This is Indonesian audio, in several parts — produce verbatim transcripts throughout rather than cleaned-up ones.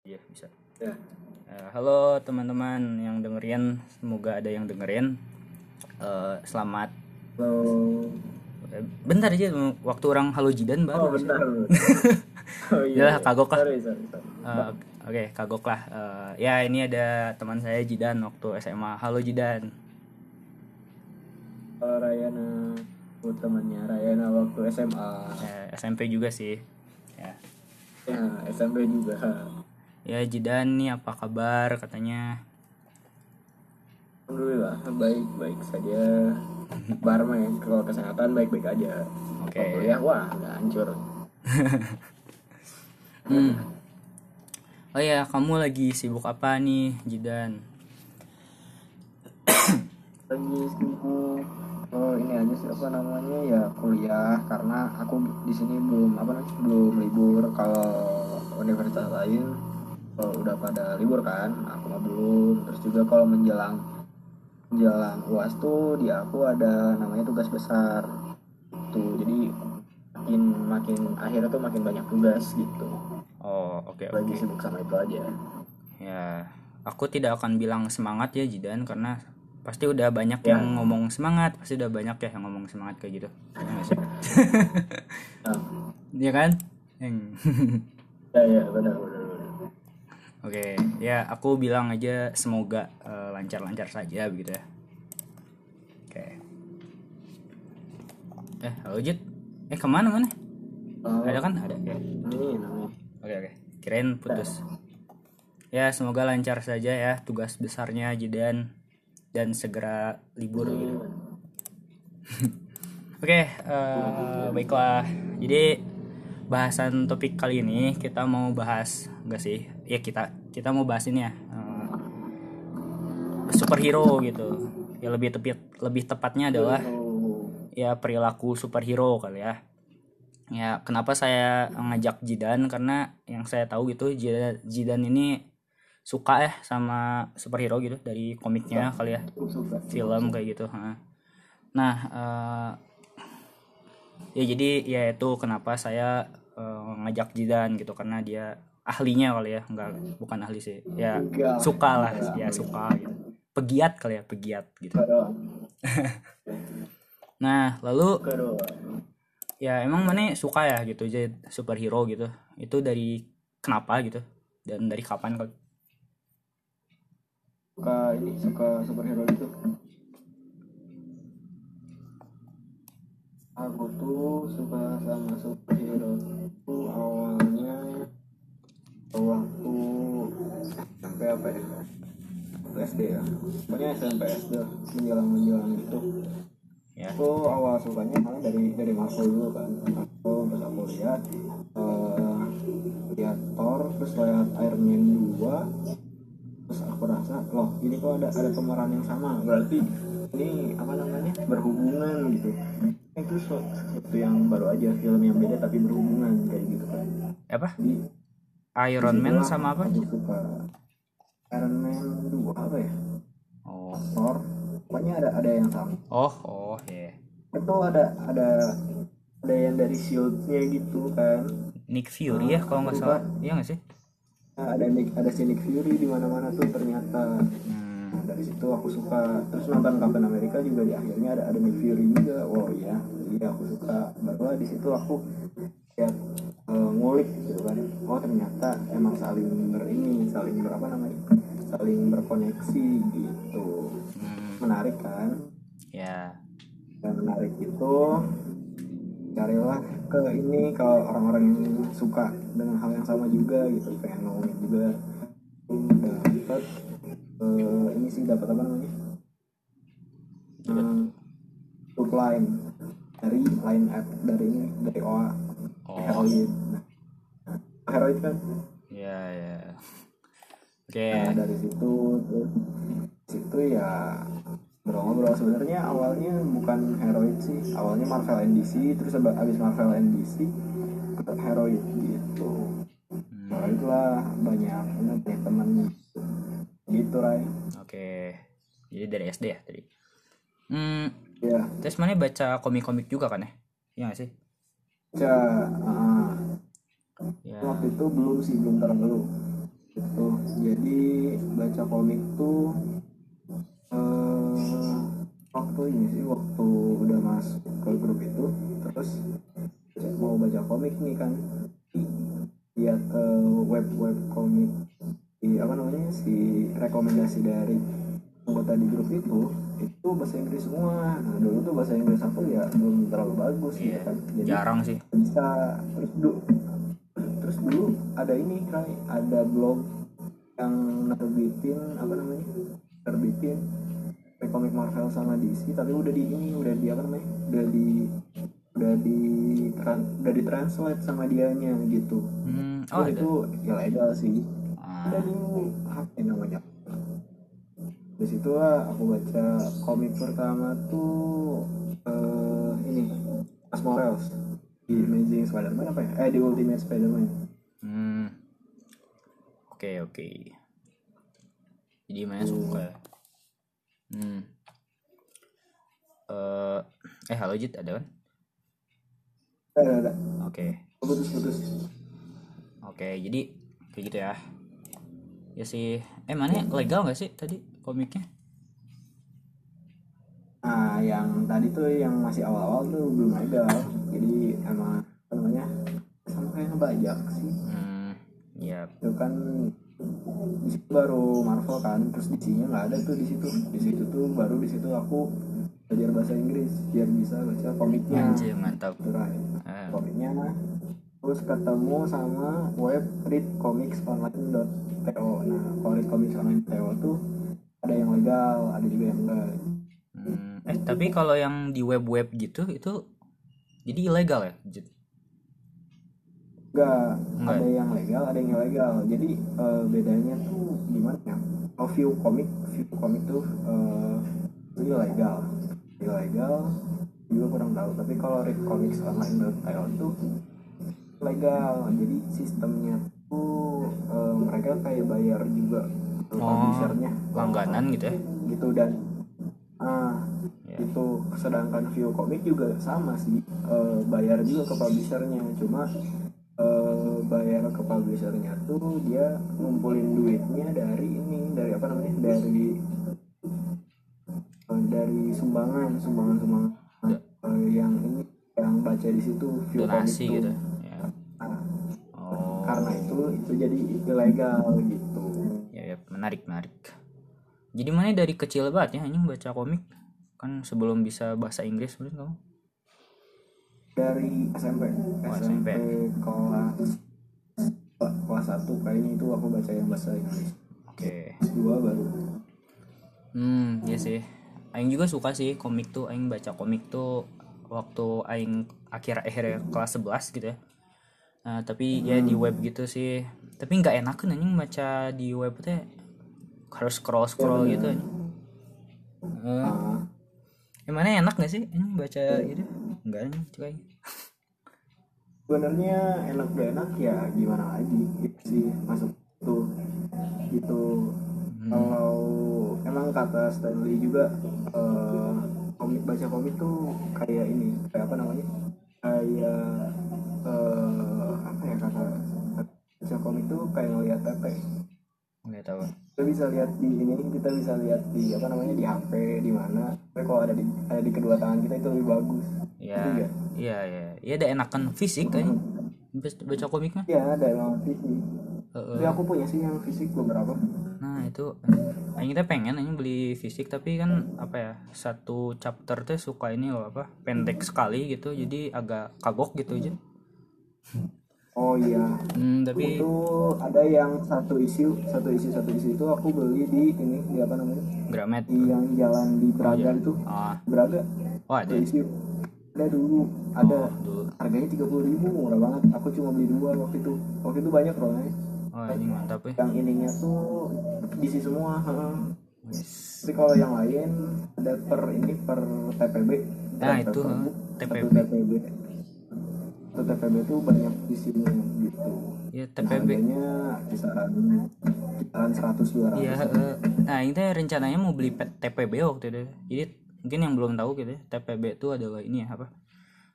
Iya bisa. Ya. Eh, halo teman-teman yang dengerin, semoga ada yang dengerin. Eh, selamat. Halo. eh, Bentar aja, waktu orang halo Jidan Oh, baru sih. bentar. Oh iya, Ya iya. kagok lah. Sorry, sorry, sorry. Eh, Oke, kagok lah. Eh, ya ini ada teman saya Jidan waktu S M A. Halo Jidan. Kalau Rayana, aku temannya Rayana waktu S M A. Eh, S M P juga sih. Ya. Ya, S M P juga. Ya Jidan nih apa kabar katanya? Alhamdulillah, baik-baik saja. Barma ya, kalau kesehatan baik-baik aja. Oke. Kalau kuliah, wah, nggak hancur. Hmm. Oh ya, kamu lagi sibuk apa nih, Jidan? Lagi sibuk. Oh, ini aja sih apa namanya ya kuliah karena aku di sini belum apa namanya belum libur. Kalau universitas lain kalau udah pada libur kan, aku mah belum. Terus juga kalau menjelang menjelang U A S tuh di aku ada namanya tugas besar tuh, jadi makin makin akhirnya tuh makin banyak tugas gitu. Oh, oke Lagi oke. sibuk sama itu aja. Ya, aku tidak akan bilang semangat ya Jidan karena pasti udah banyak Ya, yang ngomong semangat, pasti udah banyak ya yang ngomong semangat kayak gitu. Ya nggak sih? nah, Iya kan? Hmm. ya, ya benar benar. benar. Oke, ya aku bilang aja semoga eh, lancar-lancar saja begitu ya. Oke. Eh, halo Jid. Eh, kemana mana? Oh, Ada kan? Ada. Ya. ini namanya. Oke oke. Kirain putus. Ya, semoga lancar saja ya tugas besarnya Jidan dan segera libur gitu. Oke, eh, baiklah. Jadi bahasan topik kali ini kita mau bahas enggak sih? Ya kita kita mau bahas ini ya. eh, superhero gitu. Ya lebih tepat lebih tepatnya adalah Oh, ya perilaku superhero kali ya. Ya, kenapa saya ngajak Jidan karena yang saya tahu gitu Jidan, Jidan ini suka ya sama superhero gitu dari komiknya kali ya, cukup suka. film kayak gitu. ha. Nah, eh, ya jadi ya itu kenapa saya eh, ngajak Jidan gitu karena dia ahlinya kali ya, enggak bukan ahli sih. Ya Enggak, suka lah, enggak. ya suka gitu. Pegiat kali ya, pegiat gitu. Suka doang. Nah, lalu Suka doang. ya emang mana suka ya gitu jadi superhero gitu. Itu dari kenapa gitu dan dari kapan kali? Suka ini suka superhero gitu. Aku tuh suka sama superhero tuh awalnya waktu sampai apa ya? Waktu S D ya. Pokoknya S M P S D menjelang menjelang gitu. Ya. Aku awal sukanya malah dari dari Marvel dulu kan. Aku terus aku lihat eh, lihat Thor, terus lihat Iron Man dua, terus aku rasa loh ini kok ada ada pemeran yang sama, berarti ini apa namanya berhubungan gitu. Itu su- sesuatu yang baru aja, film yang beda tapi berhubungan kayak gitu kan. Apa? Jadi Iron Man disitulah sama apa? aku suka Iron Man dua apa ya, Oh. Thor, pokoknya ada ada yang sama. Oh, oh, ya. Itu ada ada ada yang dari shieldnya gitu kan. Nick Fury ya kalau nggak salah. Iya nggak sih? Nah, ada Nick ada si Nick Fury di mana-mana tuh ternyata. Hmm. Nah, dari situ aku suka. Terus nonton Captain America juga di akhirnya ada ada Nick Fury juga. Oh iya, iya aku suka. Barulah di situ aku ya eh, ngulik gitu kan. Oh ternyata emang saling berini, saling berapa namanya, saling berkoneksi gitu. Hmm. Menarik kan? Ya. Dan menarik itu carilah ke ini kalau orang-orang yang suka dengan hal yang sama juga gitu, Venom juga dapat eh, ini sih dapat apa namanya hmm, grup line dari line up dari ini dari O A Oh. Heroid. Nah, Heroid kan. Ya, ya. Oke. Nah dari situ terus situ ya ngobrol-ngobrol. Sebenarnya awalnya bukan Heroid sih, awalnya Marvel and D C, terus ab- abis Marvel and D C ke Heroid gitu. Nah Hmm. itulah banyak banyak teman gitu Ray. Oke. Jadi dari S D ya tadi. Hmm. Ya Terus mana baca komik-komik juga kan ya? Iya nggak sih? baca uh, Ya. waktu itu belum sih belum terlalu Jadi baca komik tuh eh, waktu ini sih waktu udah masuk ke grup itu, terus mau baca komik nih kan, lihat eh, web-web komik di apa namanya si rekomendasi dari anggota di grup itu itu bahasa Inggris semua. Nah dulu tuh bahasa Inggris aku ya belum terlalu bagus gitu Iya, kan, jadi jarang sih. bisa terus dulu terus dulu ada ini Ray, ada blog yang nerbitin apa namanya nerbitin komik Marvel sama D C, tapi udah di ini udah di apa namanya udah di udah di tran- udah ditranslate sama dianya gitu. Hmm, Oh oh ada. itu ilegal sih. Ada Ah, dulu apa yang namanya. Dari situlah aku baca komik pertama tuh eh ini Miles Morales di Amazing Spider-Man apa ya? Eh di Ultimate Spider-Man. hmm, oke oke. Jadi mana suka ya? Hmm. Eh, eh halo Jit, ada kan? Ada ada. Oke. Putus-putus. Oke, jadi kayak gitu ya. Ya sih. Eh mana legal nggak sih tadi komiknya? Nah, yang tadi tuh yang masih awal-awal tuh belum legal. Jadi emang apa namanya? Sama kayak ngebajak sih. Hmm, ya. Itu kan di situ baru Marvel kan, terus D C-nya nggak ada tuh di situ. Di situ tuh baru di situ aku belajar bahasa Inggris biar bisa baca komiknya. Anjir, mantap. Gitu, Ray. Ah, Komiknya terus ketemu sama web readcomicsonline dot to. Nah, kalau readcomicsonline dot to tuh ada yang legal, ada juga yang enggak. hmm. Eh tapi kalau yang di web-web gitu itu jadi ilegal ya, Jit? Enggak, Enggak. ada yang legal, ada yang ilegal. Jadi eh, bedanya tuh gimana ya? Kalau view komik, view komik tuh eh, itu ilegal. Ilegal juga kurang tahu. Tapi kalau readcomicsonline dot to tuh legal. Jadi sistemnya tuh eh, mereka kayak bayar juga ke Oh, publishernya langganan gitu ya? gitu. Dan ah Ya. itu sedangkan view komik juga sama sih, eh, bayar juga ke publishernya, cuma eh, bayar ke publishernya tuh dia ngumpulin duitnya dari ini dari apa namanya dari eh, dari sumbangan sumbangan sumbangan eh, yang ini yang baca di situ view komik Donasi tuh. gitu. Ya. Nah, Oh. karena itu itu jadi ilegal gitu. Ya, ya, menarik, menarik. Jadi mana dari kecil banget ya anjing baca komik? Kan sebelum bisa bahasa Inggris mungkin kamu. Dari S M P Oh, S S M M P P. kelas kelas satu kayaknya itu aku baca yang bahasa Inggris. Oke. Kelas dua baru. Hmm, iya sih. Aing juga suka sih komik tuh. Aing baca komik tuh waktu aing akhir-akhir kelas sebelas gitu ya. Nah, tapi ya di web gitu sih. Tapi nggak enakan anjing baca di web teh, harus scroll scroll Ya, gitu bener. anjing. Eh, Ah, Emangnya enak gak sih anjing baca gitu? Enggak anjing cuy. sebenarnya enak gak enak ya gimana lagi gitu sih masuk tuh gitu. Kalau emang kata Stanley juga eh, komik baca komik tuh kayak ini kayak apa namanya kayak eh, apa ya kata baca komik tuh kayak ngeliat T V. Nggak tahu. Kita bisa lihat di ini kita bisa lihat di apa namanya di H P di mana, tapi kalau ada di ada di kedua tangan kita itu lebih bagus. Ya, Itu ya iya ya. Iya ada enakan fisik kan baca komik mah. ya ada emang fisik, Heeh. tapi aku punya sih yang fisik beberapa. Nah itu aing teh pengen aing beli fisik tapi kan apa ya satu chapter teh suka ini loh apa pendek sekali gitu jadi agak kagok gitu aja. Oh iya, Hmm, tapi itu ada yang satu isu satu isu satu isu itu aku beli di ini di apa namanya Gramet. di yang jalan di Braga itu Ah, Braga oh ada. satu isu ada dulu ada Oh, dulu. harganya tiga puluh ribu, murah banget. Aku cuma beli dua waktu itu waktu itu banyak loh ya. Oh ini mantap ya. Yang ininya tuh diisi semua. heeh. Yes. Tapi kalau yang lain ada per ini per T P B. Nah, Per itu, per ha, book, T P B. Satu T P B. Satu T P B tuh banyak isinya gitu. Ya Dan T P B. harganya kisaran kisaran seratus dua ratus. Iya, eh, nah ini teh rencananya mau beli P- T P B waktu itu. Jadi mungkin yang belum tahu gitu ya, T P B itu adalah ini ya apa?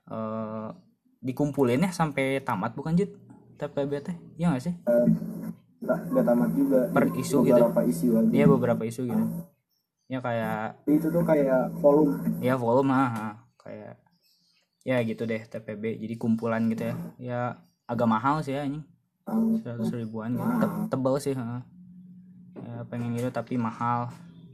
Eh dikumpulin ya sampai tamat bukan Jit? T P B teh. Iya enggak sih? Eh, nggak nggak tamat juga. Per Jadi isu gitu. beberapa isu aja. Iya beberapa isu gitu. Ya kayak Itu tuh kayak volume. ya volume ah, ah. kayak ya gitu deh T P B. Jadi kumpulan gitu ya. Ya agak mahal sih ya ini. Seratus ribuan gitu. Te- tebal sih, ha. Ya pengen gitu tapi mahal.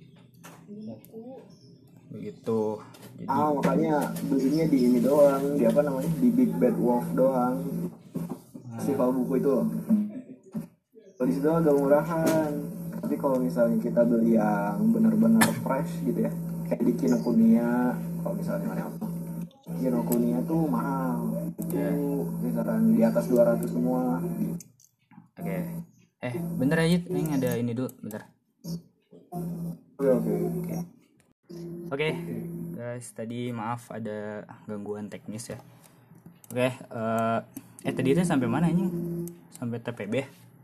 Begitu. Jadi Ah makanya belinya di ini doang, di apa namanya, di Big Bad Wolf doang, festival buku itu loh. Kalau di situ agak murahan, tapi kalau misalnya kita beli yang benar-benar fresh gitu ya, kayak di Kinokuniya, kalau misalnya mana apa, Kinokuniya tuh mahal, itu misalkan di atas dua ratus semua. oke. Eh, bentar aja, ini ada ini dulu, bentar. Oke oke. Oke, guys, tadi maaf ada gangguan teknis ya. Oke, eh, eh tadi itu sampai mana ini? Sampai T P B.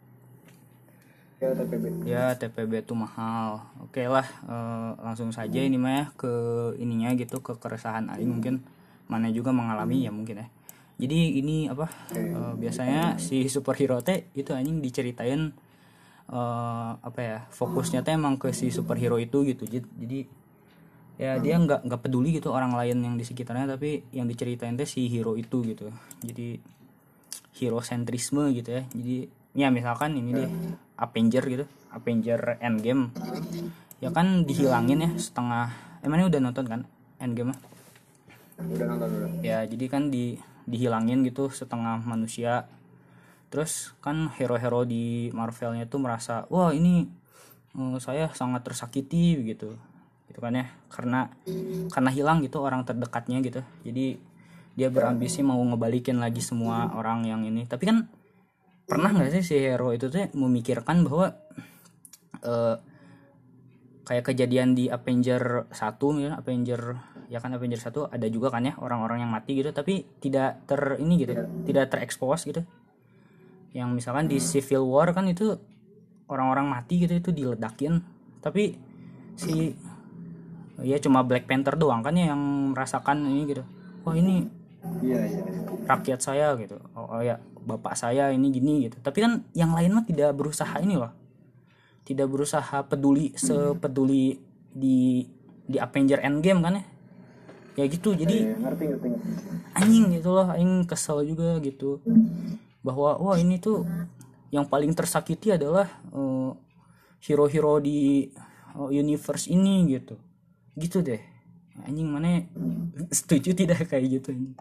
Ya T P B. Ya, T P B tuh mahal. Oke lah, eh, langsung saja ini mah ya ke ininya gitu, ke keresahan Aing mungkin mana juga mengalami ya mungkin ya. Jadi ini apa? eh, biasanya si superhero teh itu anjing diceritain eh, apa ya? Fokusnya teh emang ke si superhero itu gitu. Jadi ya dia nggak nggak peduli gitu orang lain yang di sekitarnya, tapi yang diceritain teh si hero itu gitu. Jadi hero sentrisme gitu ya. Jadi ya misalkan ini deh Avenger gitu, Avenger Endgame ya kan dihilangin ya setengah. Emangnya udah nonton kan Endgame? Udah nonton udah. Ya jadi kan di dihilangin gitu setengah manusia. Terus kan hero-hero di Marvelnya tuh merasa wah ini eh, saya sangat tersakiti gitu gitu kan ya, karena karena hilang gitu orang terdekatnya gitu. Jadi dia berambisi mau ngebalikin lagi semua orang yang ini. Tapi kan pernah nggak sih si hero itu tuh memikirkan bahwa eh, kayak kejadian di Avenger satu ya, Avenger ya kan Avenger satu ada juga kan ya orang-orang yang mati gitu tapi tidak ter ini gitu, tidak terekspos gitu. Yang misalkan di Civil War kan itu orang-orang mati gitu itu diledakin, tapi si ya cuma Black Panther doang kan ya yang merasakan ini gitu. Wah ini Iya iya. rakyat saya gitu. Oh, oh ya bapak saya ini gini gitu. Tapi kan yang lain mah tidak berusaha ini loh. Tidak berusaha peduli sepeduli di di Avenger Endgame kan ya. Ya gitu. Jadi Eh, ngerti ngerti ngerti. anjing gitu loh, anjing kesel juga gitu. Bahwa wah ini tuh yang paling tersakiti adalah uh, hero-hero di uh, universe ini gitu. Gitu deh. Anjing mana setuju tidak kayak gitu anjing.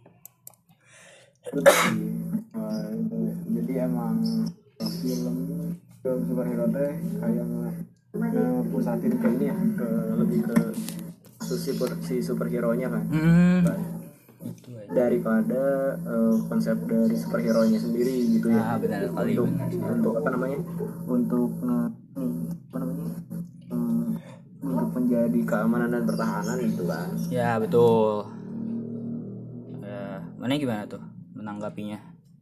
Wah, itu. Jadi emang film film superhero teh kayak ngepusatin ke ini ya, ke lebih ke kasus si, super- si superhero nya kan. Hmm. Itu aja. Daripada eh, konsep dari superhero nya sendiri gitu ya. Ah, benar sekali, untuk benar. untuk apa namanya, untuk nge- hmm, apa namanya, hmm, untuk menjadi keamanan dan pertahanan gitu kan. Ya betul. Ya, mana gimana tuh menanggapinya?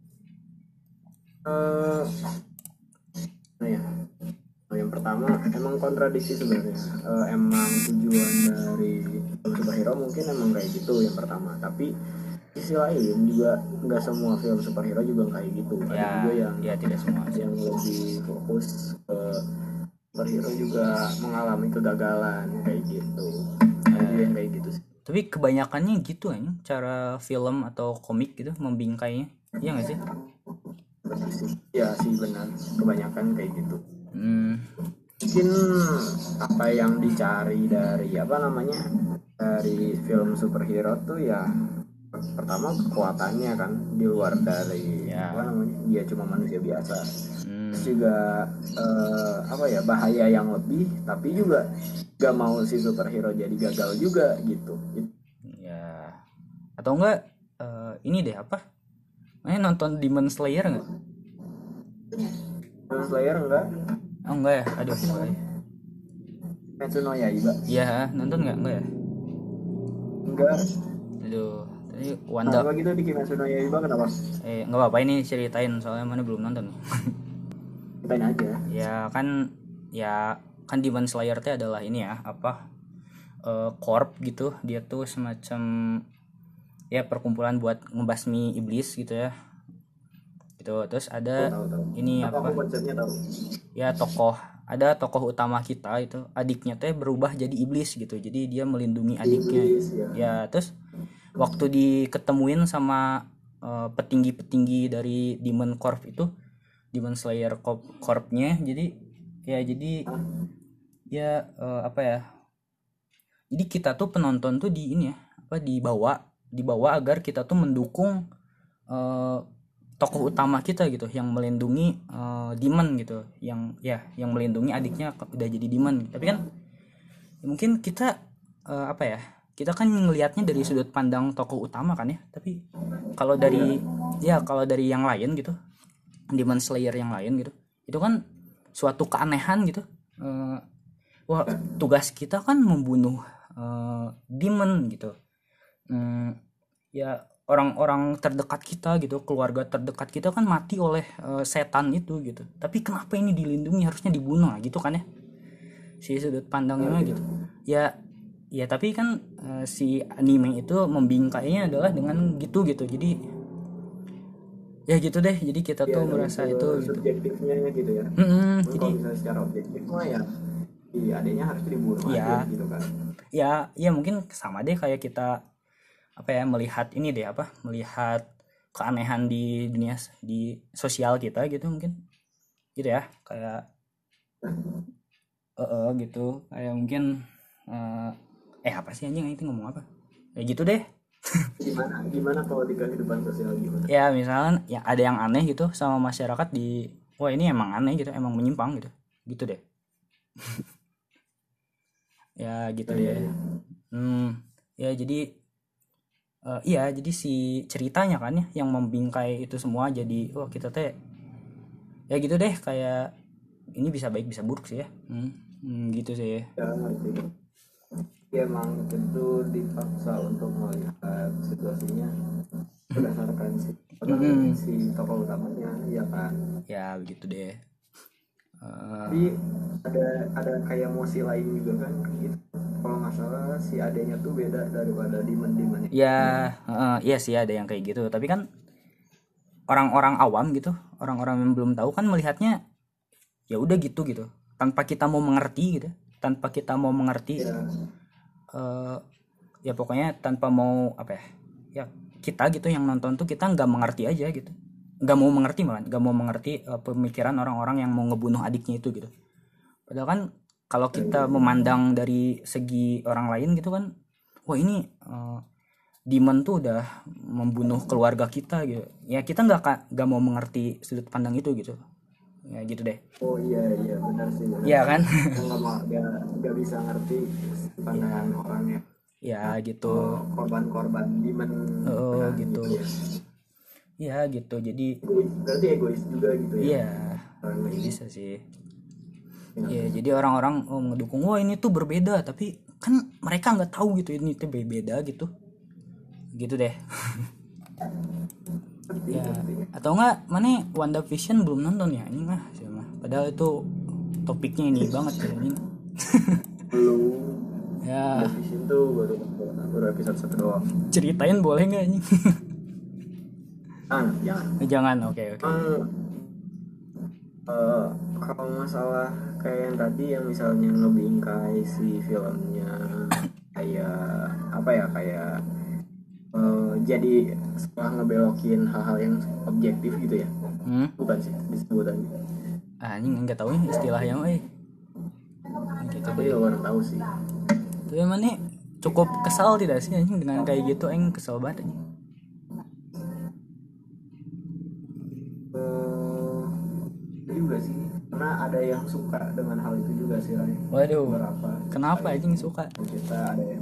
Eh, nah ya, nah, yang pertama emang kontradiksi sebenarnya. Eh, emang tujuan dari film superhero mungkin emang kayak gitu yang pertama, tapi sisi lain juga nggak semua film superhero juga kayak gitu. Ada Ya, juga yang ya tidak semua. yang lebih fokus ke superhero juga mengalami kegagalan kayak gitu. Ada juga yang kayak gitu sih. Tapi kebanyakannya gitu kan cara film atau komik gitu membingkainya. Iya nggak sih? Ya sih benar, kebanyakan kayak gitu. Hmm. Mungkin apa yang dicari dari apa namanya, dari film superhero tuh ya pertama kekuatannya kan, di luar dari Ya. apa namanya, dia cuma manusia biasa. Hmm. Terus juga eh, apa ya, bahaya yang lebih, tapi juga gak mau si superhero jadi gagal juga gitu. Ya. Atau enggak eh, ini deh apa? Mana nonton Demon Slayer nggak? Demon Slayer enggak? Oh enggak ya. Aduh. Enggak ya. Kimetsu no Yaiba Iya, nonton nggak? Enggak ya? enggak. Aduh. Tadi Nah, Wanda. apa gitu di Kimetsu no Yaiba kenapa? Eh nggak apa-apa ini ceritain soalnya mana belum nonton. Ceritain aja. Ya kan ya kan Demon Slayer teh adalah ini ya apa eh, corp gitu. Dia tuh semacam ya perkumpulan buat ngebasmi iblis gitu ya. Gitu gitu. Terus Oh, ada tahu tahu. ini Apa apa aku konsepnya tahu. ya, tokoh ada tokoh utama kita itu adiknya teh berubah jadi iblis gitu, jadi dia melindungi adiknya. Iblis ya. Ya terus waktu diketemuin sama eh, petinggi-petinggi dari Demon Corp itu, Demon Slayer Corp Corpnya, jadi ya jadi ya eh, apa ya, jadi kita tuh penonton tuh di ini ya apa dibawa dibawa agar kita tuh mendukung eh, tokoh utama kita gitu yang melindungi eh, Demon gitu, yang ya yang melindungi adiknya udah jadi Demon. Tapi kan ya mungkin kita eh, apa ya, kita kan ngelihatnya dari sudut pandang tokoh utama kan ya, tapi kalau dari ya kalau dari yang lain gitu, Demon Slayer yang lain gitu, itu kan suatu keanehan gitu. Eh, wah, tugas kita kan membunuh eh, demon gitu. Hmm, ya orang-orang terdekat kita gitu, keluarga terdekat kita kan mati oleh eh, setan itu gitu. Tapi kenapa ini dilindungi, harusnya dibunuh gitu kan ya? Si sudut pandangnya mah gitu. Ya, ya tapi kan eh, si anime itu membingkainya adalah dengan gitu gitu. Jadi ya gitu deh. Jadi kita Ya, tuh lebih merasa ke itu gitu. subjektifnya gitu ya. Mm-mm, Cuman jadi kalau misalnya secara objektif mah ya iya adanya harus dibunuh ya aja gitu kan. ya ya mungkin sama deh kayak kita apa ya, melihat ini deh apa melihat keanehan di dunia di sosial kita gitu mungkin gitu ya, kayak eh eh, gitu kayak mungkin eh, eh apa sih anjing itu ngomong apa ya gitu deh. Gimana gimana kalau di kehidupan sosial gimana? Ya misalnya ya ada yang aneh gitu sama masyarakat di, wah ini emang aneh gitu, emang menyimpang gitu gitu deh. Ya gitu Iya, deh. iya. Hmm, ya jadi eh, iya jadi si ceritanya kan ya yang membingkai itu semua, jadi wah kita teh ya gitu deh, kayak ini bisa baik bisa buruk sih ya. Hmm, hmm, gitu sih. Ya, ngerti. Ya emang itu dipaksa untuk melihat situasinya berdasarkan si, apa namanya, si tokoh utamanya ya kan. Ya begitu deh. Eh, Tapi ada ada kayak emosi lain juga kan gitu. Kalau nggak salah si adanya tuh beda daripada Demon Demon. ya eh, iya sih ada yang kayak gitu, tapi kan orang-orang awam gitu, orang-orang yang belum tahu kan melihatnya ya udah gitu gitu, tanpa kita mau mengerti gitu, tanpa kita mau mengerti Ya, eh, ya pokoknya tanpa mau apa ya, ya kita gitu yang nonton tuh kita nggak mengerti aja gitu, nggak mau mengerti malah nggak mau mengerti eh, pemikiran orang-orang yang mau ngebunuh adiknya itu gitu. Padahal kan kalau kita memandang dari segi orang lain gitu kan, wah ini eh, Demon tuh udah membunuh keluarga kita gitu, ya kita nggak ka- nggak mau mengerti sudut pandang itu gitu, ya gitu deh. oh iya iya benar sih benar. Iya kan. Kita nggak mau nggak nggak bisa ngerti pandangan orangnya. Ya gitu. Oh, korban-korban Demon. Oh Nah, gitu. ya. Ya gitu, jadi Egois, berarti egois juga gitu ya. iya Orangnya. ya bisa sih. Ya jadi orang-orang oh, ngedukung wah ini tuh berbeda, tapi kan mereka nggak tahu gitu ini tuh berbeda gitu gitu deh. Ya atau enggak mana WandaVision belum nonton ya ini mah siapa, padahal itu topiknya ini banget ya ini. Belum. Ya Vision tuh baru baru episode satu doang. ceritain boleh nggak ini? Ah, jangan. Jangan, oke oke. Hmm, eh, kalau masalah kayak yang tadi yang misalnya ngebingkai si filmnya kayak apa ya kayak eh, jadi setelah ngebelokin hal-hal yang objektif gitu ya, Hmm? bukan sih disebutannya. Ah ini nggak tahu nih istilahnya, eh gitu Aku deh. juga baru tahu sih. Tapi mana cukup kesal tidak sih anjing dengan kayak gitu, aing kesel banget anjing. Eh, itu juga sih karena ada yang suka dengan hal itu juga sih Ray. Waduh, Berapa kenapa anjing suka? kita ada yang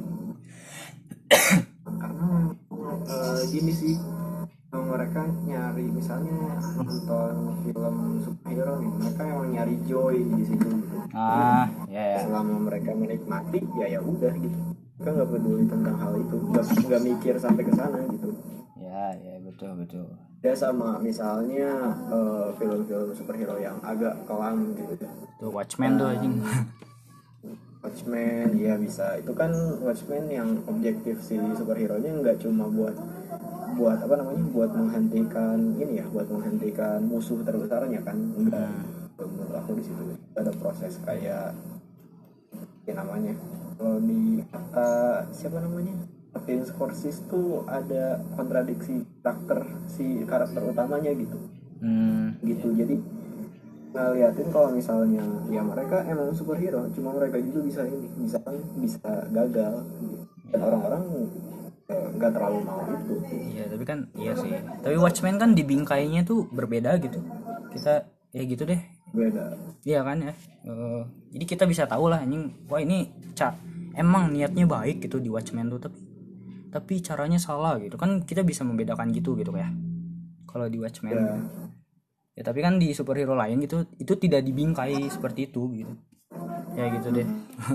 karena eh, gini sih mereka nyari misalnya nonton film superhero nih mereka emang nyari joy di situ gitu. Ah ya ya. Selama mereka menikmati ya ya udah gitu mereka nggak peduli tentang hal itu nggak nggak mikir sampai ke sana gitu. Ya ya betul betul. Ya sama misalnya eh, film-film superhero yang agak kelam gitu. Tuh Watchmen tuh anjing. Watchmen ya bisa itu kan Watchmen yang objektif si superhero nya nggak cuma buat buat apa namanya buat menghentikan ini ya buat menghentikan musuh terbesarnya kan enggak. Menurut aku di situ ada proses kayak ya namanya kalau di kata siapa namanya Martin Scorsese tuh ada kontradiksi karakter si karakter utamanya gitu hmm. gitu jadi ngeliatin kalau misalnya ya mereka emang superhero cuma mereka juga bisa ini bisa bisa gagal gitu. Dan orang-orang nggak terlalu mau itu. Iya tapi kan iya sih tapi Watchmen kan dibingkainya tuh berbeda gitu kita ya gitu deh Beda. Iya kan ya uh, jadi kita bisa tahu lah anjing wah ini ca emang niatnya baik gitu di Watchmen tuh tapi tapi caranya salah gitu kan kita bisa membedakan gitu gitu ya kalau di Watchmen Ya. gitu. Ya tapi kan di superhero lain gitu itu tidak dibingkai seperti itu gitu ya gitu deh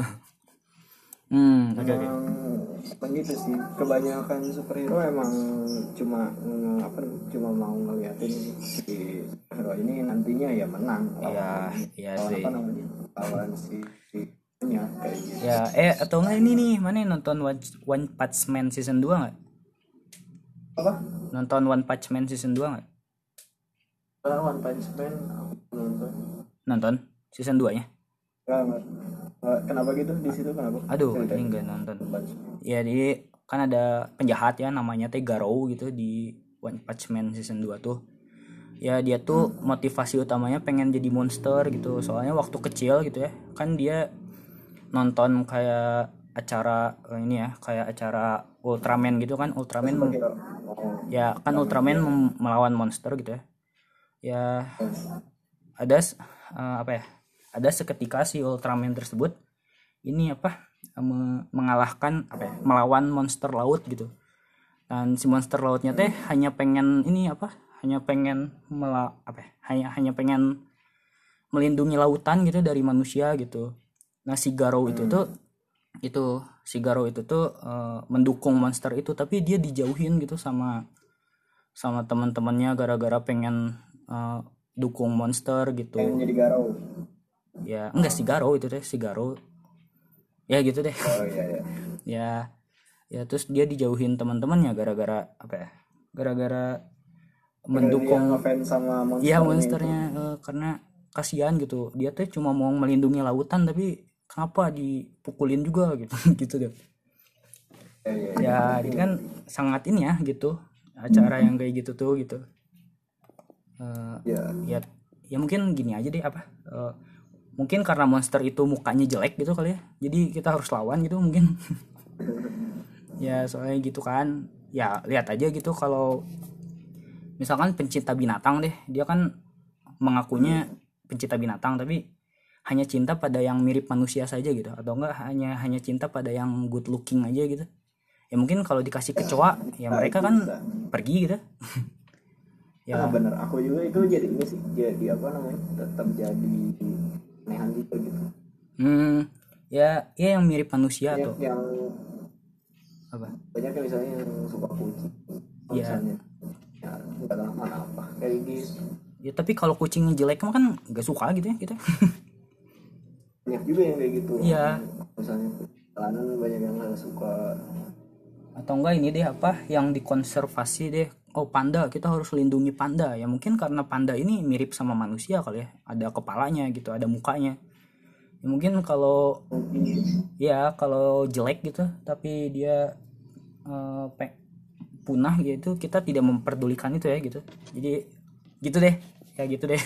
hmm oke oke Emang gitu sih kebanyakan superhero emang cuma mm, apa cuma mau ngeliatin si superhero ini nantinya ya menang iya iya lawan sih apa namanya lawan si si nya kayak gitu ya eh atau enggak ini nih mana nonton One, One Punch Man season dua nggak apa nonton One Punch Man season dua nggak Ah, One Punch Man aku nonton nonton season dua nya nggak nggak nggak. Kenapa gitu di situ kenapa aduh Cerita. ini enggak nonton One Punch Man. ya jadi kan ada penjahat ya namanya teh Garou gitu di One Punch Man season dua tuh ya dia tuh motivasi utamanya pengen jadi monster gitu soalnya waktu kecil gitu ya kan dia nonton kayak acara eh, ini ya kayak acara Ultraman gitu kan Ultraman mem- Superhero. Oh, ya kan Ultraman mem- melawan monster gitu ya ya ada s- eh, apa ya ada seketika si Ultraman tersebut ini apa me- mengalahkan apa ya melawan monster laut gitu dan si monster lautnya teh hanya pengen ini apa hanya pengen mela apa ya, hanya hanya pengen melindungi lautan gitu dari manusia gitu nah si Garou itu tuh itu si Garou itu tuh eh, mendukung monster itu tapi dia dijauhin gitu sama sama teman-temannya gara-gara pengen eh, dukung monster gitu pengen jadi Garou. ya enggak si Garou itu deh si Garou ya gitu deh Oh iya iya. ya ya terus dia dijauhin teman-temannya gara-gara apa ya gara-gara mendukung Dia ngefans sama monster. ya monsternya eh, karena kasihan gitu dia tuh cuma mau melindungi lautan tapi kenapa dipukulin juga gitu gitu deh Ya, ya, ya jadi kan sangat ini ya gitu acara yang kayak gitu tuh gitu Eh, ya. ya ya mungkin gini aja deh apa eh, mungkin karena monster itu mukanya jelek gitu kali ya jadi kita harus lawan gitu mungkin ya soalnya gitu kan ya lihat aja gitu kalau misalkan pencinta binatang deh dia kan mengakunya pencinta binatang tapi hanya cinta pada yang mirip manusia saja gitu atau enggak hanya hanya cinta pada yang good looking aja gitu ya mungkin kalau dikasih kecoa ya mereka kan pergi gitu Ya ya bener, aku juga itu jadi ini sih, jadi apa namanya, tetap jadi nehan gitu gitu. hmm ya ya yang mirip manusia Banyak tuh yang apa banyak yang misalnya yang suka kucing, ya misalnya, ya nggak tahu mana apa kayak gitu. ya tapi kalau kucingnya jelek mah kan nggak suka gitu ya gitu Banyak juga yang kayak gitu. Iya. Misalnya jalanan banyak yang nggak suka. atau enggak ini deh apa yang dikonservasi deh oh panda kita harus lindungi panda ya mungkin karena panda ini mirip sama manusia kali ya ada kepalanya gitu ada mukanya ya mungkin kalau ya kalau jelek gitu tapi dia eh, pe- punah gitu kita tidak memperdulikan itu ya gitu jadi gitu deh ya gitu deh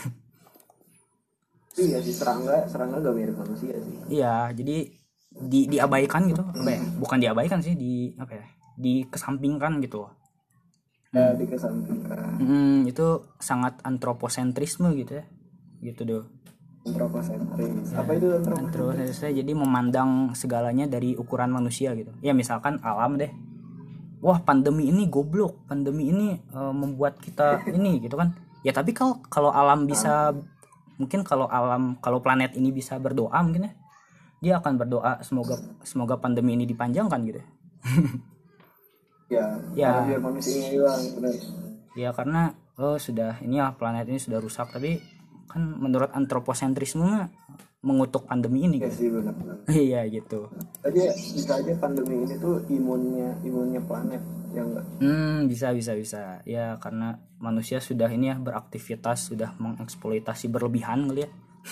Iya sih, serangga serangga gak mirip manusia sih. iya jadi di diabaikan gitu apa ya bukan diabaikan sih di apa ya dikesampingkan gitu Ya dikesampingkan. hmm, itu sangat antroposentrisme gitu ya gitu deh Antropocentris. Apa itu antropocentris? terus jadi memandang segalanya dari ukuran manusia gitu ya misalkan alam deh wah pandemi ini goblok pandemi ini eh, membuat kita ini gitu kan ya tapi kalau kalau alam bisa mungkin kalau alam kalau planet ini bisa berdoa mungkin ya dia akan berdoa semoga semoga pandemi ini dipanjangkan gitu Ya, Ya. karena biar manusianya hilang, benar. ya karena oh sudah ini ya planet ini sudah rusak tapi kan menurut antroposentrisme mengutuk pandemi ini Ya gitu. sih benar-benar. Iya gitu. Aja bisa aja pandemi ini tuh imunnya imunnya planet ya enggak. Hmm, bisa bisa bisa. Ya karena manusia sudah ini ya beraktivitas, sudah mengeksploitasi berlebihan kali ya.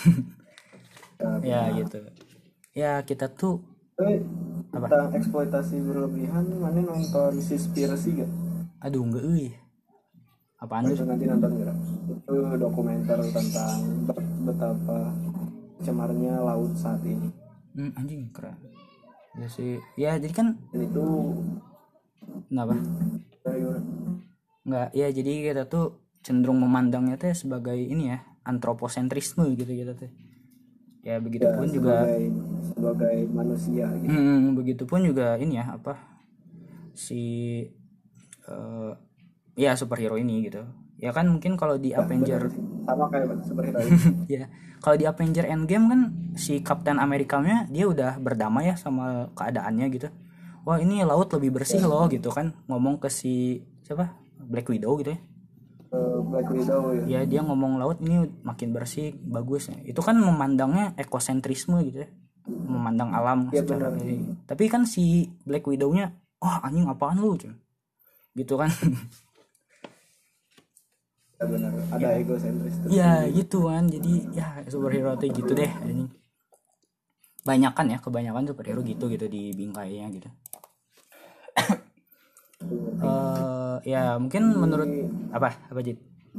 Ya Ya, gitu. Ya kita tuh tapi apa? tentang eksploitasi berlebihan, mana nonton Seaspiracy gak? Aduh enggak euy. Apaan Itu tuh? nanti nonton gak? Itu dokumenter tentang betapa cemarnya laut saat ini. Hmm, anjing keren. Ya sih. Ya jadi kan Dan itu kenapa? dari Enggak, ya jadi kita tuh cenderung memandangnya teh sebagai ini ya, antroposentrisme gitu gitu teh. Ya ya, begitupun juga sebagai sebagai manusia gitu. hmm, begitupun juga ini ya apa si eh, ya superhero ini gitu. Ya kan mungkin kalau di Ya, Avenger bener sih. Sama kayak superhero ini. ya kalau di Avenger Endgame kan si Captain America-nya dia udah berdamai ya sama keadaannya gitu. Wah ini laut lebih bersih loh gitu kan, ngomong ke si siapa Black Widow gitu ya. Eh, Black Widow ya. Ya dia ngomong laut ini makin bersih bagus ya. Itu kan memandangnya ekosentrisme gitu ya, memandang alam Ya, secara benar. ini. Tapi kan si Black Widow-nya wah anjing apaan lu cuy, gitu kan. Ya benar. Ada egosentris tuh. Ya gitu kan, jadi ya superhero tuh gitu deh anjing. Banyakan ya, kebanyakan superhero gitu gitu di bingkainya gitu. Eh ya mungkin menurut apa apa Jit?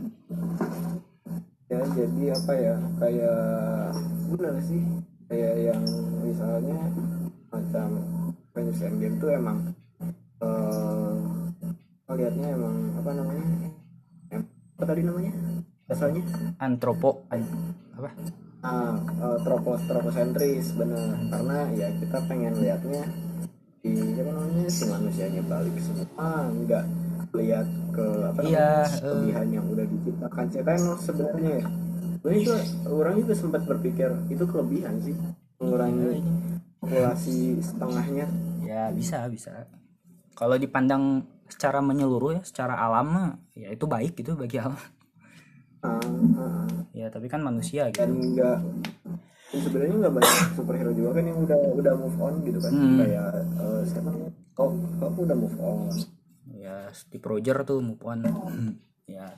Ya jadi apa ya, kayak bener sih, kayak yang misalnya macam Avengers Endgame tuh emang eh lihatnya emang apa namanya, em- apa tadi namanya asalnya, Antropo an- apa? ah eh, tropos troposentris bener, karena ya kita pengen lihatnya di apa namanya si manusianya balik semua, nggak lihat ke apa Iya, namanya eh. kelebihan yang udah diciptakan Thanos sebenarnya ya. Sebenarnya itu orang juga sempat berpikir itu kelebihan sih, mengurangi populasi setengahnya. Ya bisa bisa. Kalau dipandang secara menyeluruh ya, secara alam mah ya itu baik gitu bagi alam. Ah, ah. Ya tapi kan manusia Dan gitu. nggak, dan sebenarnya nggak banyak superhero juga kan yang udah udah move on gitu kan. Hmm. Kayak eh, siapa namanya, kok kok udah move on. Ya Steve Roger tuh move on. Ya.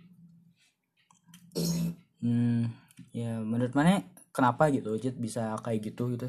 Hmm, ya menurut mana kenapa gitu Jit bisa kayak gitu gitu?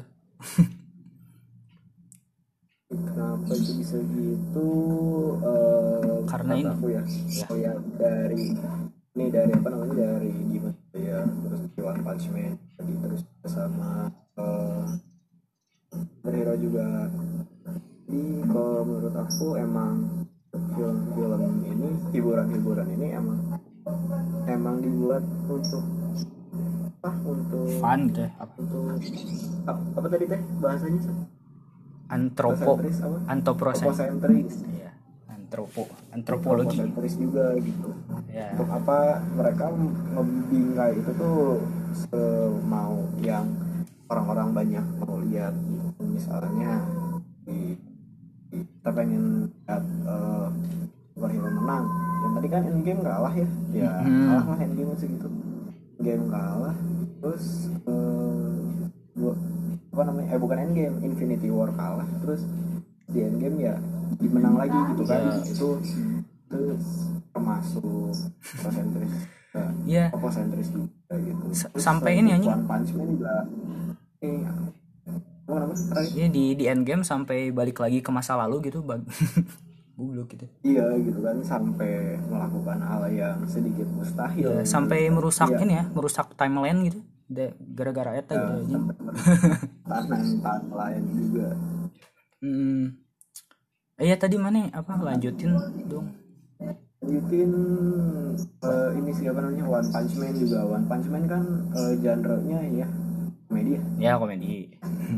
Kenapa itu bisa gitu? Eh, Karena kata ini. aku ya, Ya. oh ya dari ini dari apa namanya, dari Demon Slayer, terus di One Punch Man, tadi terus sama eh superhero juga. Jadi kalau menurut aku emang film-film ini, hiburan-hiburan ini emang emang dibuat untuk apa? Untuk Fun gitu ya. Apa? untuk apa, apa tadi teh bahasanya? Antropo, Antropocentris apa? antroposentris. Antropocentris. Iya. Antropo, antropologi. Antropocentris juga gitu. Ya. Untuk apa mereka ngebingkai itu tuh semau yang orang-orang banyak mau lihat gitu. Misalnya di, di- kita pengen lihat uh, superhero menang. Yang tadi kan Endgame kalah ya, ya Hmm. kalah lah Endgame segitu. Endgame kalah, terus uh, gua- apa namanya? Eh bukan Endgame, Infinity War kalah, terus di Endgame ya dimenang lagi gitu kan. Ya. Itu terus termasuk egosentris, uh, Iya. egosentris juga gitu. S- Terus sampai selain ini itu, anjing. One Punch Man juga ini apa namanya? Terakhir? Ya di di Endgame sampai balik lagi ke masa lalu gitu, bag. Buluk gitu. Iya gitu kan, sampai melakukan hal yang sedikit mustahil. Ya, gitu. sampai merusak Iya. ini ya, merusak timeline gitu. Da- gara-gara eta Ya, gitu anjing. sampai tangan lain juga. Hmm. Iya tadi mana apa lanjutin dong. Lanjutin eh, ini siapa namanya, One Punch Man juga. One Punch Man kan eh, genre-nya ini ya komedi ya. Ya komedi.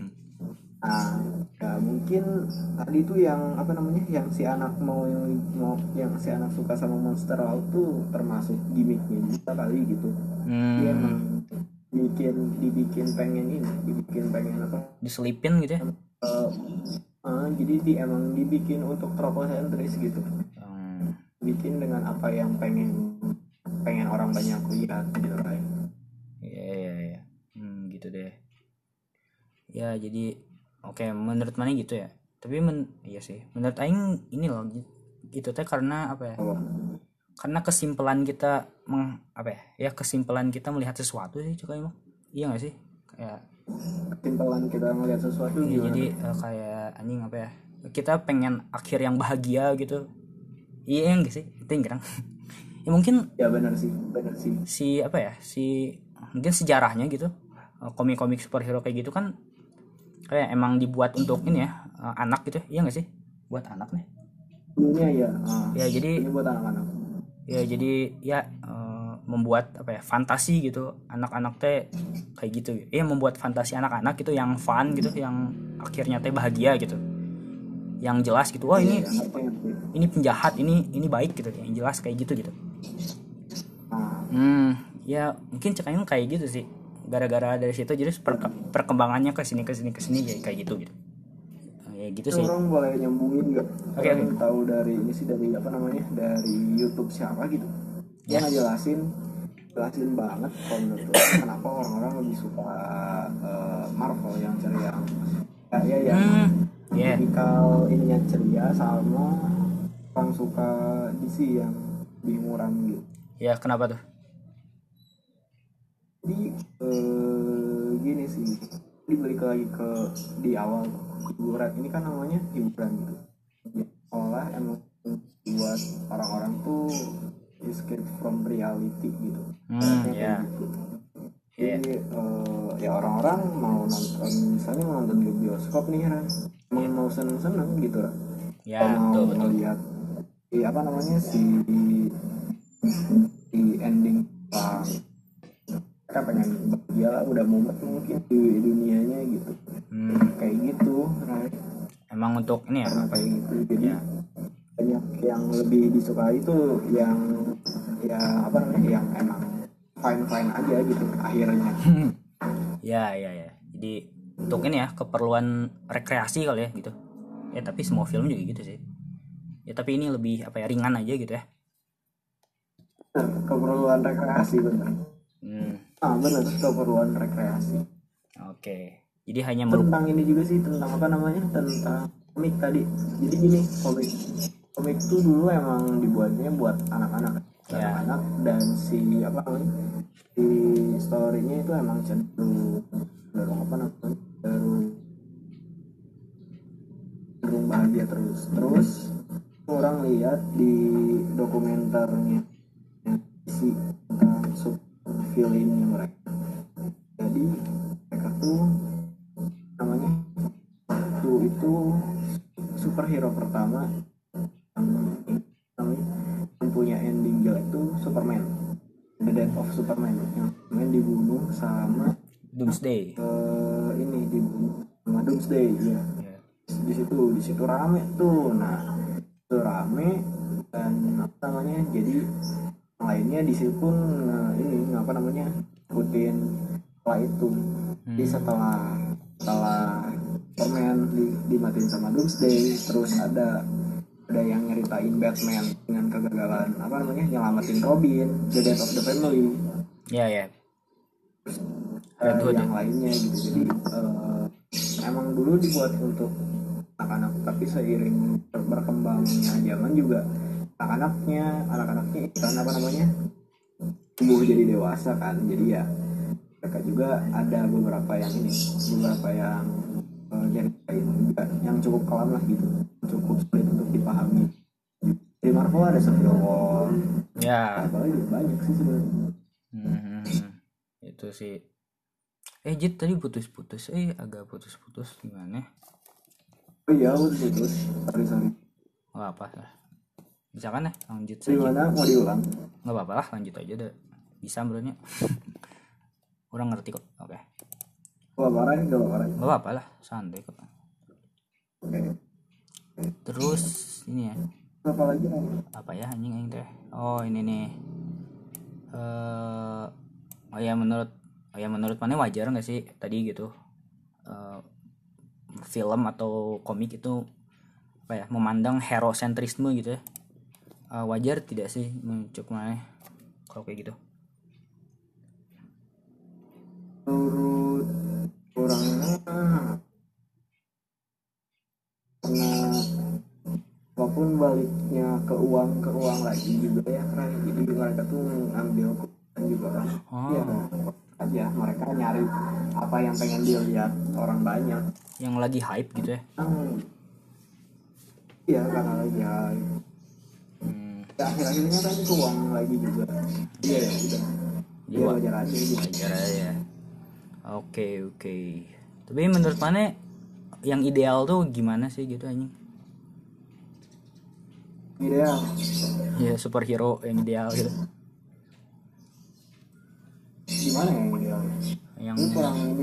Nah, ya mungkin tadi tuh yang apa namanya, yang si anak mau yang mau yang si anak suka sama monster laut tuh termasuk gimmicknya juga kali gitu. Dia Hmm. emang bikin dibikin pengen ini, dibikin pengen apa? Diselipin gitu ya. eh, eh, jadi di emang dibikin untuk troposentris gitu. Hmm. Bikin dengan apa yang pengen pengen orang banyak lihat gitu kan. Iya iya iya. Hmm, gitu deh. deh. Ya jadi oke okay, menurut mana gitu ya. Tapi men iya sih menurut aing ini loh itu teh karena apa ya, Oh, karena kesimpulan kita meng, apa ya ya kesimpulan kita melihat sesuatu sih cukup emang iya nggak sih kayak kesimpulan kita ngelihat sesuatu iya, gimana jadi tuh? eh, kayak anjing apa ya, kita pengen akhir yang bahagia gitu. Iya enggak sih itu yang gerang. Ya mungkin Ya benar sih, benar sih. si apa ya si mungkin sejarahnya gitu, eh, komik-komik superhero kayak gitu kan kayak emang dibuat untuk ini ya, eh, anak gitu ya. Iya nggak sih buat anak nih Dulunya ya, ah, ya jadi ini buat anak-anak. ya jadi ya eh, membuat apa ya fantasi gitu anak-anak teh kayak gitu ya membuat fantasi anak-anak gitu yang fun gitu yang akhirnya teh bahagia gitu yang jelas gitu wah Iya, ini ya, ngerti, ngerti. ini penjahat ini ini baik gitu yang jelas kayak gitu gitu. Nah, Hmm, ya mungkin cekanya kayak gitu sih. Gara-gara dari situ jadi perke- perkembangannya ke sini ke sini ke sini ya kayak gitu gitu. Ya gitu itu sih. orang boleh nyambungin nggak? Oke Orang oke. tahu dari ini sih, dari apa namanya, dari YouTube siapa gitu. Dia Ya. ngejelasin, jelasin banget kalau menurut orang kenapa orang-orang lebih suka eh, Marvel yang ceria. Ya, ya, ya. Hmm, ya. Tipikal ininya ceria sama orang suka D C yang bimuran gitu. Ya kenapa tuh? Jadi eh, gini sih, ini balik lagi ke di awal, hiburan ini kan namanya hiburan gitu. Ya, seolah emang buat orang-orang tuh escape from reality gitu. Hmm, Ibaratnya kayak ya. gitu. Ya. Jadi eh, ya orang-orang mau nonton, misalnya mau nonton di bioskop nih kan, emang mau seneng-seneng gitu lah. Ya, Kalau mau betul betul. ngeliat si apa namanya si si ending lah, mereka pengen bahagia lah, udah mumet mungkin di dunianya gitu. Hmm, Kayak gitu, right? emang untuk ini ya Karena apa kayak ya? gitu jadi Ya. banyak yang lebih disukai itu yang ya apa namanya, yang emang fine fine aja gitu akhirnya. Ya, ya, ya. Jadi untuk ini ya keperluan rekreasi kali ya gitu. Ya tapi semua film juga gitu sih. Ya tapi ini lebih apa ya ringan aja gitu ya. Bener, keperluan rekreasi bener. Hmm, Ah bener, keperluan rekreasi. oke. Jadi hanya merupakan Tentang ini juga sih, tentang apa namanya, tentang komik tadi. Jadi gini, komik komik tuh dulu emang dibuatnya buat anak-anak, Ya. anak-anak dan si apa namanya, si storynya itu emang cenderung cenderung apa namanya, cenderung cenderung bahagia terus. Terus orang lihat di dokumenternya si tentang super villainnya mereka. Jadi mereka tuh namanya itu itu superhero pertama yang namanya yang punya ending jelek tuh Superman, The Death of Superman, yang Superman dibunuh sama Doomsday. eh, ini dibunuh sama Doomsday ya. Ya. Di situ di situ rame tuh. Nah itu rame dan apa namanya, jadi yang lainnya di situ pun eh, ini apa namanya ikutin setelah itu. Jadi setelah setelah Superman di, dimatiin sama Doomsday, terus ada ada yang nyeritain Batman dengan kegagalan apa namanya nyelamatin Robin, The Death of the Family, Ya, ya. eh, Red Hood yang ya. lainnya gitu. Jadi eh, emang dulu dibuat untuk anak-anak, tapi seiring ber- berkembangnya zaman juga anak-anaknya anak-anaknya kan apa namanya tumbuh jadi dewasa kan. Jadi ya mereka juga ada beberapa yang ini, beberapa yang eh, nyeritain juga yang cukup kelam lah gitu, cukup sulit untuk dipahami. Di Marvel ada Civil War, Ya. apalagi banyak sih sebenarnya. Hmm, itu sih. Eh Jit tadi putus-putus. Eh agak putus-putus gimana? Oh iya, aku putus. Sorry sorry. Gak apa lah. Misalkan ya lanjut Di saja. mana mau diulang? Gak apa-apa lah lanjut aja deh. Bisa menurutnya. Orang ngerti kok. Oke. Gak apa-apa, gak apa-apa. Gak apa-apa lah santai kok. Oke. Terus ini ya. Apa lagi? Om? Apa ya anjing anjing teh. Oh ini nih. Eh oh ya menurut oh ya menurut mana wajar nggak sih tadi gitu. Eh, film atau komik itu apa ya memandang hero-sentrisme gitu ya. Eh, wajar tidak sih menurut mana kalau kayak gitu? Menurut kurangnya karena walaupun baliknya ke uang ke uang lagi juga ya, karena jadi mereka tuh ngambil keuntungan juga kan. Oh. Ya aja mereka nyari apa yang pengen dilihat orang banyak, yang lagi hype gitu ya. Hmm. Iya karena lagi ya, Hmm. ya akhir-akhirnya kan itu uang lagi juga. Iya ya udah. Jadi Ya wa- wajar aja gitu. wajar aja. Oke oke. Tapi menurut mana yang ideal tuh gimana sih gitu anjing? Ideal. Ya superhero yang ideal gitu. Gimana ya yang ideal? Yang Ini kurang ini.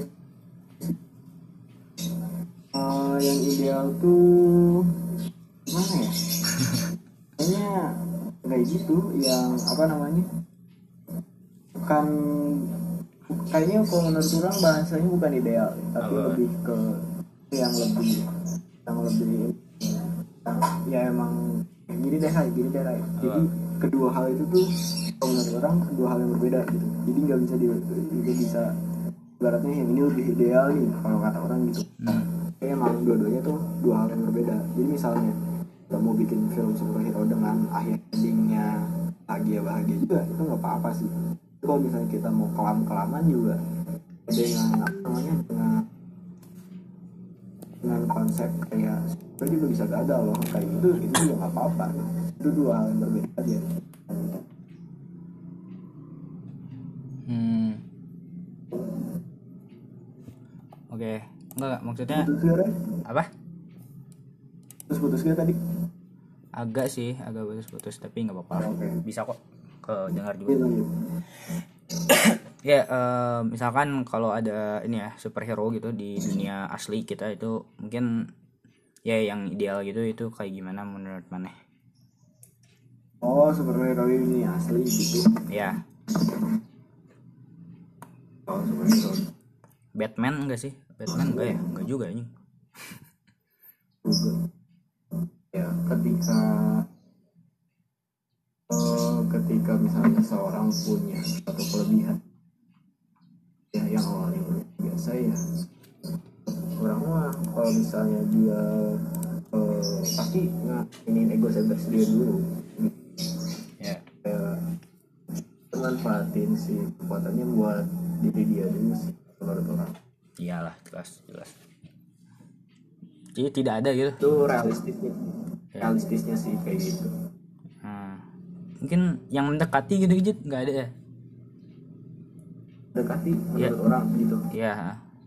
Uh, yang ideal tuh gimana ya? Kayaknya kayak gitu, yang apa namanya? Bukan, kayaknya kalau menurut orang bahasanya bukan ideal, tapi Apa? lebih ke yang lebih yang lebih yang, ya emang gini deh Ray, gini deh Ray. Jadi kedua hal itu tuh kalau menurut orang kedua hal yang berbeda gitu. Jadi nggak bisa di nggak bisa ibaratnya yang ini lebih ideal nih kalau kata orang gitu. Hmm. Kayak emang dua-duanya tuh dua hal yang berbeda. Jadi misalnya kita mau bikin film superhero dengan akhir endingnya bahagia bahagia juga, itu nggak apa-apa sih. Tapi kalau misalnya kita mau kelam-kelaman juga dengan apa namanya dengan dengan konsep kayak itu juga bisa gagal loh kayak gitu, itu juga nggak apa-apa. Itu dua hal yang berbeda aja. Hmm. Oke, enggak maksudnya Putus gak, Ray? apa? Terus putus gak tadi? Agak sih, agak putus-putus tapi nggak apa-apa. Oke. Bisa kok ke dengar Iya, juga. lanjut. Ya, eh, misalkan kalau ada ini ya superhero gitu di dunia asli kita itu mungkin ya yang ideal gitu itu kayak gimana menurut Maneh? Oh, superhero ini asli gitu. Ya, Oh, superhero Batman enggak sih? Batman enggak ya? Enggak juga ini. juga. Ya, ketika eh, ketika misalnya seorang punya satu kelebihan ya yang awalnya biasa ya, orang mah kalau misalnya dia eh, pasti nginin egosentris dia dulu, Ya. kayak manfaatin si kekuatannya buat diri dia dulu sih menurut orang. Iyalah, jelas, jelas. Jadi tidak ada gitu. Itu realistisnya, realistisnya sih kayak gitu. Nah, mungkin yang mendekati gitu gitu nggak ada ya? Dekati menurut Ya. orang gitu. Ya,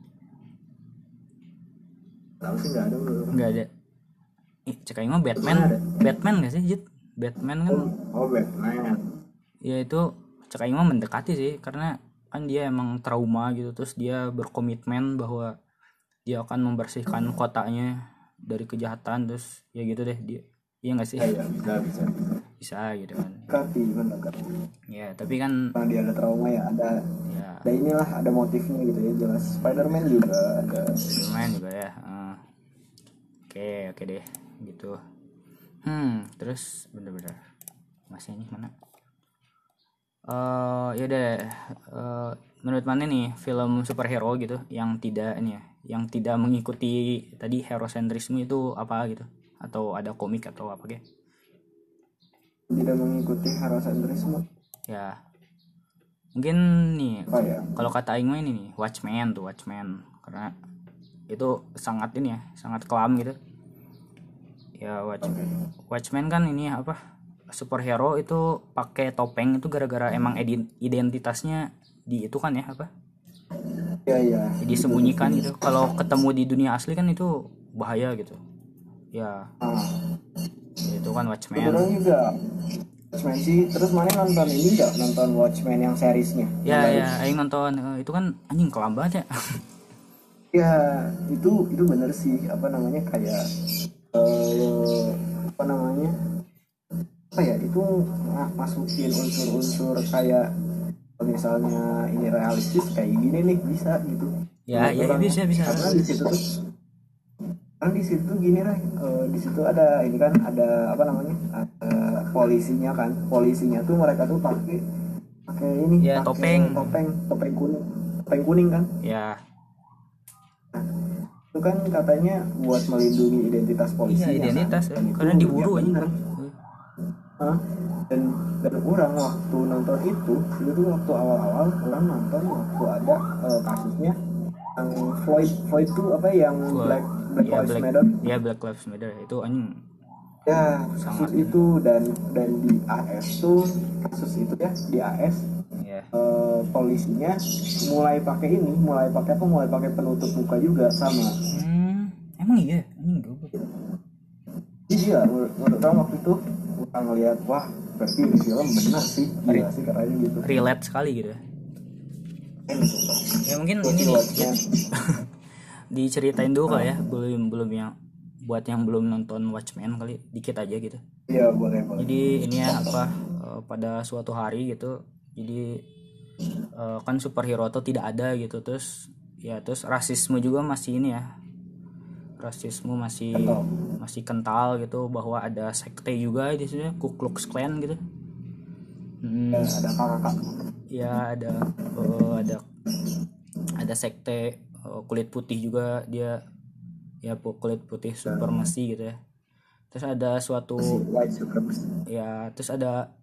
Tahu sih nggak ada menurut orang. nggak ada. Ih, cek aing mah Batman. Mana ada? Batman nggak sih, Jit? Batman kan Oh, oh Batman. ya itu cek aing mah mendekati sih karena kan dia emang trauma gitu terus dia berkomitmen bahwa dia akan membersihkan kotanya dari kejahatan terus ya gitu deh dia. Iya nggak sih? Ya, ya bisa bisa. Bisa gitu kan. Dekati mendekati. Ya, tapi kan Karena dia ada trauma ya, ada ya ada inilah, ada motifnya gitu ya, jelas. Spider-Man juga ada. lumayan juga ya. Eh, Oke, oke deh gitu. Hmm, terus bener-bener masih ini mana? Eh, ya deh. Eh, menurut mana nih film superhero gitu yang tidak ini ya, yang tidak mengikuti tadi herosentrisme itu apa gitu? Atau ada komik atau apa gitu? Tidak mengikuti herosentrisme. Ya, mungkin nih Apa ya? kalau kata Aing mah ini nih Watchmen tuh Watchmen karena itu sangat ini ya sangat kelam gitu ya. Watch, Watchmen kan ini apa superhero itu pakai topeng itu gara-gara emang edi- identitasnya di itu kan ya apa Ya ya. disembunyikan gitu. Kalau ketemu di dunia asli kan itu bahaya gitu ya, Ah, itu kan Watchmen. kebetulan juga Watchmen sih. Terus mana nonton ini nggak? Nonton Watchmen yang seriesnya? Ya Yang ya Aing nonton eh, itu kan anjing kelam banget ya. Ya itu itu bener sih, apa namanya kayak eh, apa namanya apa ya itu ma- masukin unsur-unsur kayak misalnya ini realistis kayak gini nih bisa gitu. Ya, Menurut ya, orang. bisa, bisa. Karena di situ tuh kan di situ gini lah, eh, di situ ada ini kan ada apa namanya ada polisinya kan, polisinya tuh mereka tuh pakai pakai ini Ya, pakai topeng. topeng topeng kuning topeng kuning kan. Ya itu kan katanya buat melindungi identitas polisi. Iya, identitas kan? ya. Karena diburu aja. Hah? dan dan orang waktu nonton itu itu tuh waktu awal-awal orang nonton waktu ada uh, kasusnya yang Floyd Floyd tuh apa yang Black Black ya, Lives Black, Matter. Ya Black Lives Matter itu anjing. Ya kasus itu dan dan di A S tuh kasus itu ya di A S yeah. uh, polisinya mulai pakai ini mulai pakai apa mulai pakai penutup muka juga sama. Hmm, emang iya anjing goblok. Iya menurut menurut orang waktu itu kita ngelihat wah berarti ini film benar sih gila sih katanya gitu. Relate sekali gitu ya. Ya mungkin ini nih ya, diceritain dulu kali ya belum belum yang buat yang belum nonton Watchmen kali dikit aja gitu. Iya boleh boleh. Jadi ini ya apa uh, pada suatu hari gitu. Jadi uh, kan superhero tuh tidak ada gitu terus ya terus rasisme juga masih ini ya. Rasisme masih kental. masih kental gitu bahwa ada sekte juga di sini Ku Klux Klan gitu. Hmm, ya, ada kakak. Ya ada uh, ada ada sekte uh, kulit putih juga dia ya kulit putih supremasi gitu ya. Terus ada suatu ya terus ada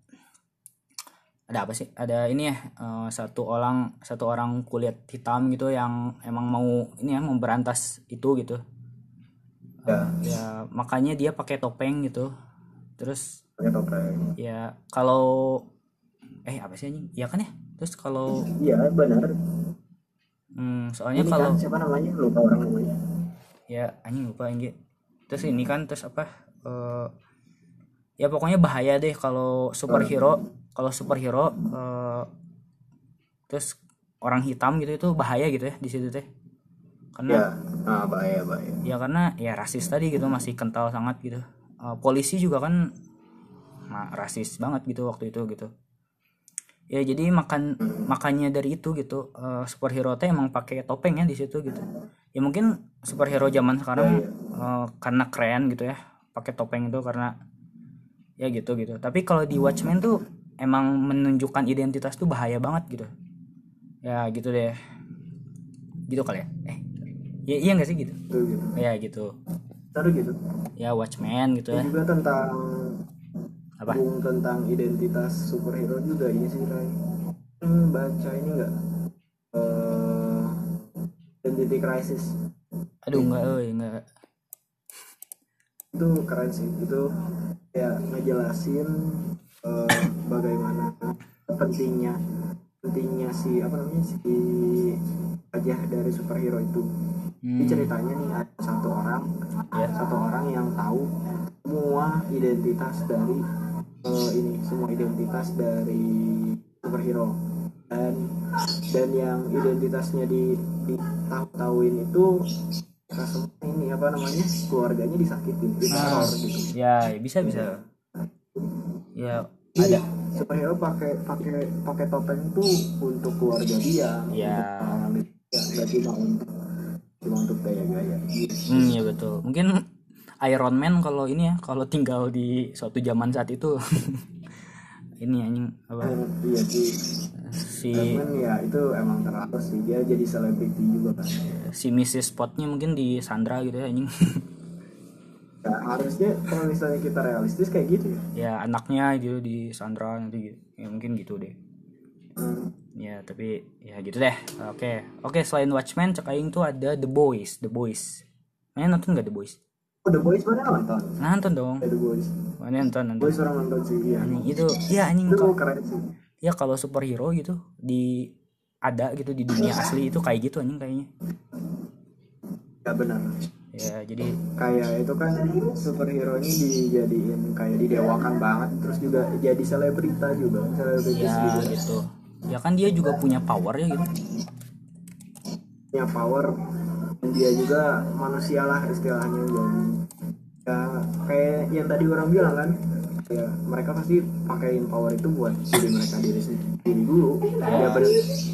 ada apa sih? Ada ini ya uh, satu orang satu orang kulit hitam gitu yang emang mau ini ya memberantas itu gitu. Ya. Uh, ya makanya dia pakai topeng gitu. Terus pakai topeng. Ya kalau eh apa sih anjing? Ya kan ya. Terus kalau iya benar. Hmm, soalnya ini kalau kan, siapa namanya lupa orang namanya. Ya anjing lupa anjing. Terus ini kan terus apa? Uh, ya pokoknya bahaya deh kalau superhero, uh. kalau superhero uh, terus orang hitam gitu itu bahaya gitu ya di situ teh. Karena ya, ah, bahaya bahaya. Ya karena ya rasis tadi gitu masih kental sangat gitu. Uh, polisi juga kan nah, rasis banget gitu waktu itu gitu. Ya jadi makan hmm. makanya dari itu gitu uh, superhero teh emang pakai topeng ya di situ gitu. Ya mungkin superhero zaman sekarang ya, ya. Uh, karena keren gitu ya pakai topeng itu karena ya gitu gitu. Tapi kalau di Watchmen tuh emang menunjukkan identitas tuh bahaya banget gitu. Ya gitu deh. Gitu kali ya. Eh ya iya nggak sih gitu? Gitu, gitu. Ya gitu. Taruh gitu. Ya Watchmen gitu ya. Dan juga tentang apa? Bung tentang identitas superhero juga ini sih Ray. Hmm, baca ini enggak? Uh, Identity Crisis. Aduh enggak, eh enggak. Itu keren sih. Itu ya ngejelasin uh, bagaimana pentingnya pentingnya si apa namanya si wajah dari superhero itu. Hmm. Ini ceritanya nih ada satu orang, ya. satu orang yang tahu semua identitas dari uh, ini semua identitas dari superhero dan dan yang identitasnya di di tahu-tahuin itu semua ini apa namanya keluarganya disakitin, diteror ah, gitu. Ya bisa bisa. Ya ada superhero pakai pakai pakai topeng tuh untuk keluarga dia. Ya. Nggak cuma untuk cuma untuk gaya-gaya. Hmm ya betul. Mungkin Iron Man kalau ini ya kalau tinggal di suatu zaman saat itu ini anjing apa? Oh, iya sih. Si Iron Man ya itu emang terlalu sih dia jadi selebriti juga kan. Si missus Spotnya mungkin di Sandra gitu ya anjing. Ya, harusnya kalau misalnya kita realistis kayak gitu ya. Ya anaknya gitu di Sandra nanti gitu. Ya mungkin gitu deh. Hmm. Ya tapi ya gitu deh. Oke oke selain Watchmen cek aing tuh ada The Boys The Boys. Mana nonton nggak The Boys? Oh The Boys mana nonton? Nonton dong. The Boys. Mana nonton nonton. Boys orang nonton sih ya. Anjing itu ya anjing itu keren sih. Ya kalau superhero gitu di ada gitu di dunia asli itu kayak gitu anjing kayaknya. Ya benar. Ya jadi kayak itu kan superhero nya dijadiin kayak didewakan banget terus juga jadi selebrita juga selebritis ya, juga gitu ya kan dia juga punya power ya gitu punya power dan dia juga manusia lah istilahnya jadi ya kayak yang tadi orang bilang kan ya mereka pasti pakaiin power itu buat diri mereka diri sendiri dulu ya, ya benar.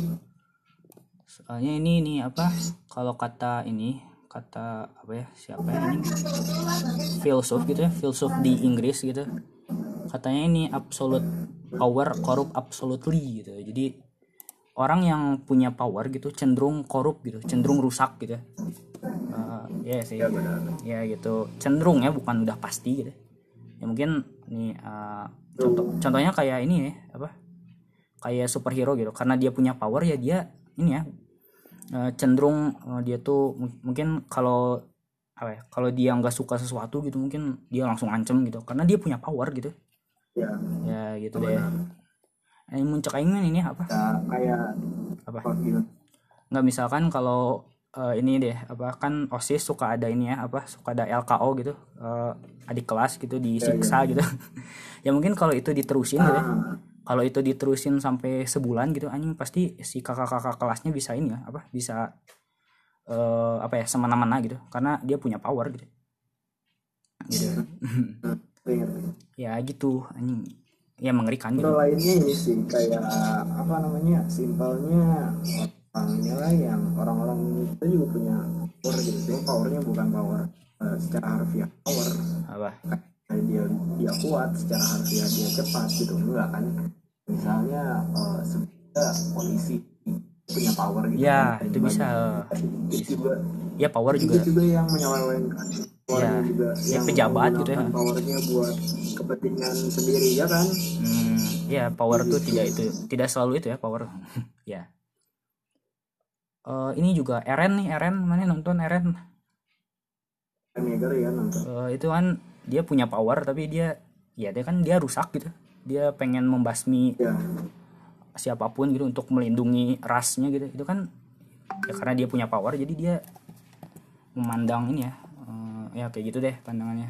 Soalnya ini ini apa kalau kata ini kata apa ya siapa ya ini filsuf gitu ya filsuf di Inggris gitu katanya ini absolute power corrupt absolutely gitu jadi orang yang punya power gitu cenderung korup gitu cenderung rusak gitu uh, ya sih Ya benar. ya gitu, cenderung ya, bukan udah pasti gitu ya. Mungkin nih uh, contoh contohnya kayak ini ya, apa, kayak superhero gitu, karena dia punya power ya dia ini ya, uh, cenderung uh, dia tuh m- mungkin kalau apa ya, kalau dia nggak suka sesuatu gitu mungkin dia langsung ancem gitu karena dia punya power gitu Ya ya gitu deh. benar. Ini muncul aing ini apa Ya kayak apa apa gitu. nggak, misalkan kalau eh, ini deh apa, kan OSIS suka ada ini ya, apa, suka ada L K O gitu, eh, adik kelas gitu Ya ya. disiksa gitu. Ya mungkin kalau itu diterusin gitu ya, Ah, kalau itu diterusin sampai sebulan gitu anjing, pasti si kakak-kakak kelasnya bisa ini ya, apa, bisa eh, apa ya, semena-mena gitu karena dia punya power gitu gitu. ngerti, ngerti. Ya gitu anjing, ya mengerikan gitu. Contoh lainnya ini sih kayak apa namanya, simpelnya orang inilah yang orang-orang itu juga punya power gitu, cuma powernya bukan power eh, secara harfiah power Apa kayak dia dia kuat secara harfiah dia cepat gitu, enggak kan. Misalnya eh, sebenarnya polisi punya power gitu kan, ya itu bisa itu juga ya, power itu juga juga yang menyelewengkan ya, powernya juga, ya yang pejabat gitu ya. menggunakan powernya buat kepentingan sendiri ya kan. Hmm, ya power tuh tidak itu, tidak selalu itu ya power. Ya. Eh, ini juga Eren nih, Eren mana nonton Eren? Megar ya nonton. Eh, itu kan dia punya power tapi dia ya dia kan dia rusak gitu. Dia pengen membasmi Ya siapapun gitu untuk melindungi rasnya gitu. Itu kan ya karena dia punya power jadi dia memandang ini ya. Eh, ya kayak gitu deh pandangannya.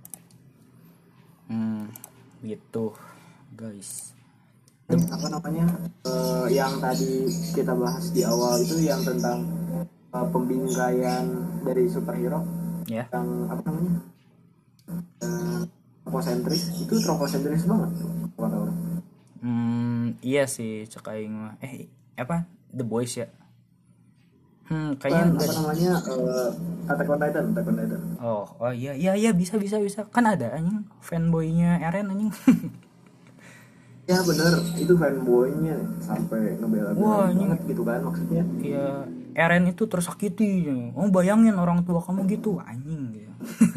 Hmm, gitu guys. apa namanya, eh, yang tadi kita bahas di awal itu yang tentang eh, pembingkaian dari superhero Ya. yang apa namanya, eh, tropocentris, itu tropocentris banget tuh kata orang. Hmm, iya sih cek aing mah. Eh, apa? The Boys ya. Hmm, kayaknya Kan enggak apa deh. namanya, eh, Attack on Titan, Attack on Titan. Oh, oh iya iya iya bisa bisa bisa. Kan ada anjing fanboynya Eren anjing. Ya bener, itu fanboynya sampai Wah, ngebela-belain anjing. banget gitu kan maksudnya. Iya, Eren itu tersakiti. Oh, bayangin orang tua kamu gitu anjing gitu.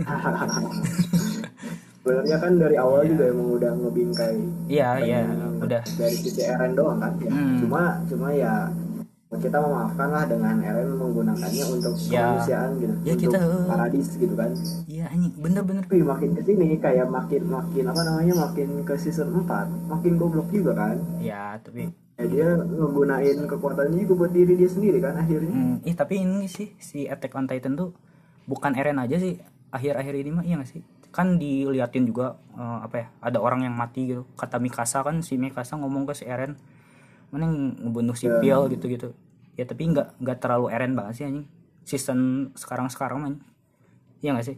Sebenarnya kan dari awal juga emang udah ngebingkai, Iya, iya, pengen udah. dari sisi Eren doang kan ya. Hmm. Cuma cuma ya kita memaafkan lah dengan Eren menggunakannya untuk Ya. kemanusiaan gitu, Ya, untuk kita- paradis gitu kan. Iya anjing, bener-bener. Tapi makin kesini kayak makin makin apa namanya, makin ke season empat makin goblok juga kan. Ya, tapi Ya dia ngegunain kekuatannya juga buat diri dia sendiri kan akhirnya. hmm, ih tapi ini sih si Attack on Titan tuh bukan Eren aja sih akhir-akhir ini mah, iya gak sih? Kan diliatin juga eh, apa ya, ada orang yang mati gitu. Kata Mikasa kan, si Mikasa ngomong ke si Eren, mana yang ngebunuh sipil gitu-gitu. Ya tapi nggak nggak terlalu Eren banget sih anjing. Season sekarang-sekarang mah. Iya gak sih?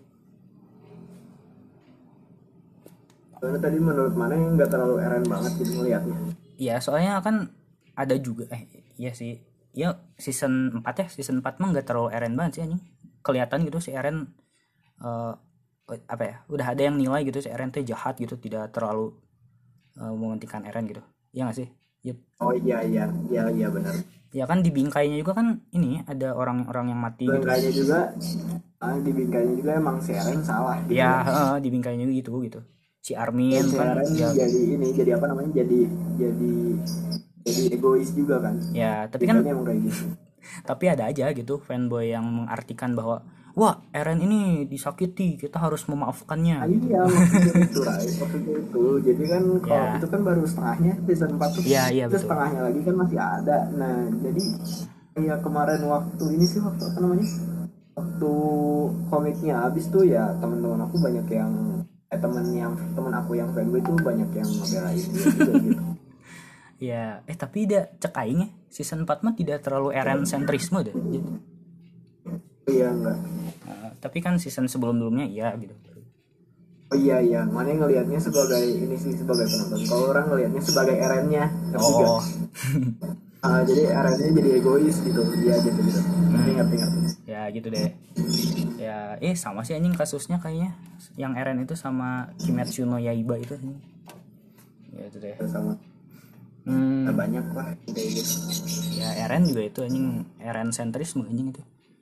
Soalnya tadi menurut mana yang nggak terlalu Eren banget gitu ngelihatnya. Iya, soalnya kan ada juga eh iya sih. Ya season empat ya, season empat mah nggak terlalu Eren banget sih anjing. Kelihatan gitu si Eren eh apa ya, udah ada yang nilai gitu si Eren tuh jahat gitu, tidak terlalu eh, mementingkan Eren gitu. Iya gak sih? Ya, Oh iya iya iya iya benar. ya kan di bingkainya juga kan ini ada orang-orang yang mati gitu. Bingkainya juga, ah, di bingkainya juga emang si Eren salah gitu. Ya, heeh, di bingkainya gitu gitu. Si Armin Si kan Eren ya, jadi ini, jadi apa namanya, jadi jadi jadi egois juga kan. ya tapi kan Bingkainya emang kayak gitu. tapi ada aja gitu fanboy yang mengartikan bahwa wah Eren ini disakiti, kita harus memaafkannya Nah, gitu. iya maksudnya itu Rai, maksudnya itu. Jadi kan kalau Ya. itu kan baru setengahnya season empat tuh. Iya, iya, Terus betul. setengahnya lagi kan masih ada. Nah, jadi kayak kemarin waktu ini sih, waktu apa namanya? Waktu komiknya habis tuh ya, teman-teman aku banyak yang eh teman yang teman aku yang fanboy tuh banyak yang ngebelain dia juga gitu. Ya, eh tapi dia cek aing ya, season empat mah tidak terlalu Eren sentrisme deh. Gitu. Iya enggak. Uh, tapi kan season sebelum-sebelumnya iya gitu. Oh iya iya, mana yang ngelihatnya sebagai ini sih, sebagai penonton. Kalau orang ngelihatnya sebagai Erennya, ngerti nggak? Oh. Ah, jadi Erennya jadi egois gitu, dia gitu gitu. Ngerti ngerti ngerti. Ya gitu deh. Ya, eh sama sih anjing kasusnya kayaknya. Yang Eren itu sama Kimetsu no Yaiba itu anjing. Ya itu deh. Sama Hmm, banyak lah kayak gitu. ya Eren juga itu anjing, Eren sentrisme anjing itu.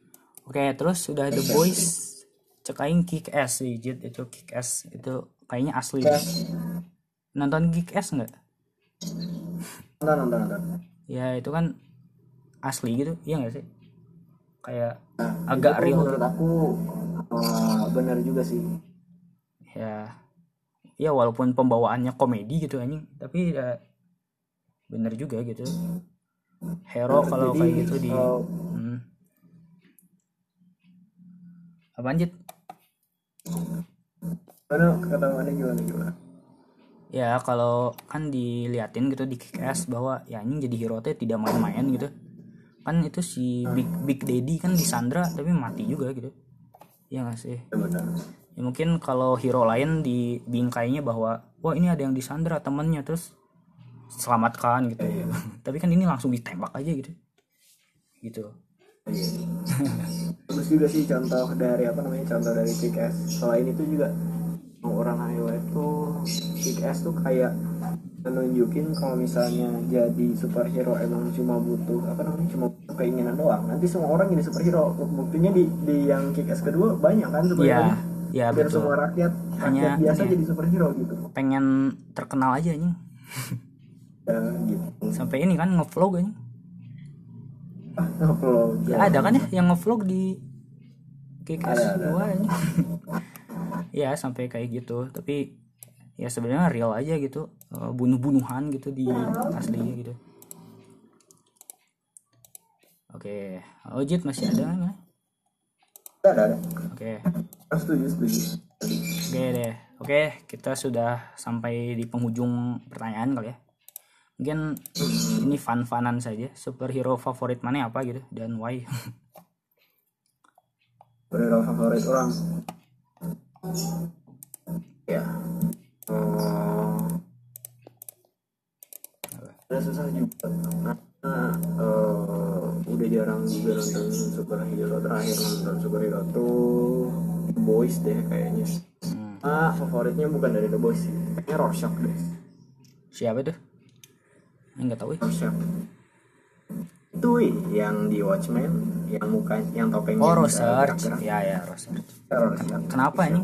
Oke, terus sudah The Boys, cek aing Kick Ass sih, Jit. Itu Kick Ass itu kayaknya asli. Nonton Kick Ass nggak? Nonton nonton nonton. Ya itu kan asli gitu, iya nggak sih? Kayak Nah, agak itu real. menurut aku uh, benar juga sih. Ya, ya walaupun pembawaannya komedi gitu anjing, tapi ya bener juga gitu. Hero Nah, kalau jadi, kayak gitu di uh, hmm. Apaan, Jit? mana ketahuannya gimana gimana? Ya kalau kan diliatin gitu di Kick Ass bahwa ya anjing jadi hero teh tidak main-main gitu. Kan itu si Big Big Daddy kan disandra tapi mati juga gitu. Iya gak sih? Ya benar. Ya mungkin kalau hero lain di bingkainya bahwa wah ini ada yang disandra temennya terus selamatkan gitu. Iya. Tapi kan ini langsung ditembak aja gitu. Gitu. Iya. Bagus juga sih contoh dari apa namanya contoh dari Kick-Ass. Selain itu juga orang Iowa itu Kick-Ass tuh kayak menunjukin kalau misalnya jadi superhero emang cuma butuh apa namanya cuma butuh keinginan doang. Nanti semua orang jadi superhero. Buktinya di di yang Kick-Ass kedua banyak kan superhero. Iya, ya, Biar betul. semua rakyat Hanya rakyat biasa ini ya, jadi superhero gitu. pengen terkenal aja nih. Ya, gitu. Sampai ini kan ngevlog aja. Upload. Ya ada kan ya yang ngevlog di Kick-Ass Ada, ada, dua ini. Ya sampai kayak gitu, tapi ya sebenarnya real aja gitu, uh, bunuh-bunuhan gitu di aslinya gitu. Oke, Ojit masih ada nggak? Ada ada. Oke, Oh, setuju setuju. oke deh. Oke, kita sudah sampai di penghujung pertanyaan kali ya. Mungkin ini fun-funan saja. Superhero favorit mana apa gitu dan why? Superhero favorit orang. Ya. Oh. Udah susah juga karena uh, udah jarang juga nonton superhero. Terakhir nonton superhero tuh The Boys deh kayaknya. Hmm. Ah, favoritnya bukan dari The Boys sih. Kayaknya Rorschach deh. Siapa tuh? Enggak tahu ya. Rorschach. Itu yang di Watchmen, yang muka, yang topengnya Oh, bisa Rorschach. gerak-gerak. Ya ya, Rorschach. Rorschach. Kenapa ini?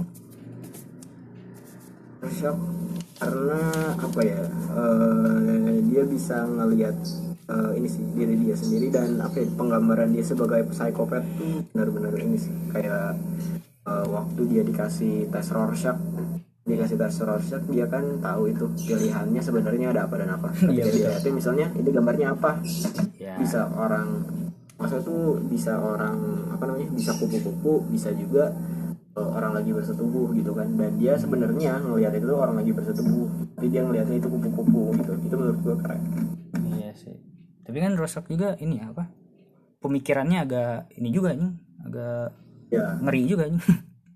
Rorschach karena apa ya? Uh, dia bisa ngelihat uh, ini sih diri dia sendiri dan apa ya, penggambaran dia sebagai psikopat tuh benar-benar ini sih kayak uh, waktu dia dikasih tes Rorschach dikasih tes Rorschach dia kan tahu itu pilihannya sebenarnya ada apa dan apa. Iya, Ketika betul. dia lihatin misalnya ini gambarnya apa, Ya. bisa orang maksudnya tuh bisa orang apa namanya bisa kupu-kupu, bisa juga uh, orang lagi bersetubuh gitu kan, dan dia sebenarnya ngelihat itu orang lagi bersetubuh tapi dia ngelihatnya itu kupu-kupu gitu. Itu menurut gue keren. Iya sih. Tapi kan Rorschach juga ini apa? Pemikirannya agak ini juga nih, agak Ya. ngeri juga nih.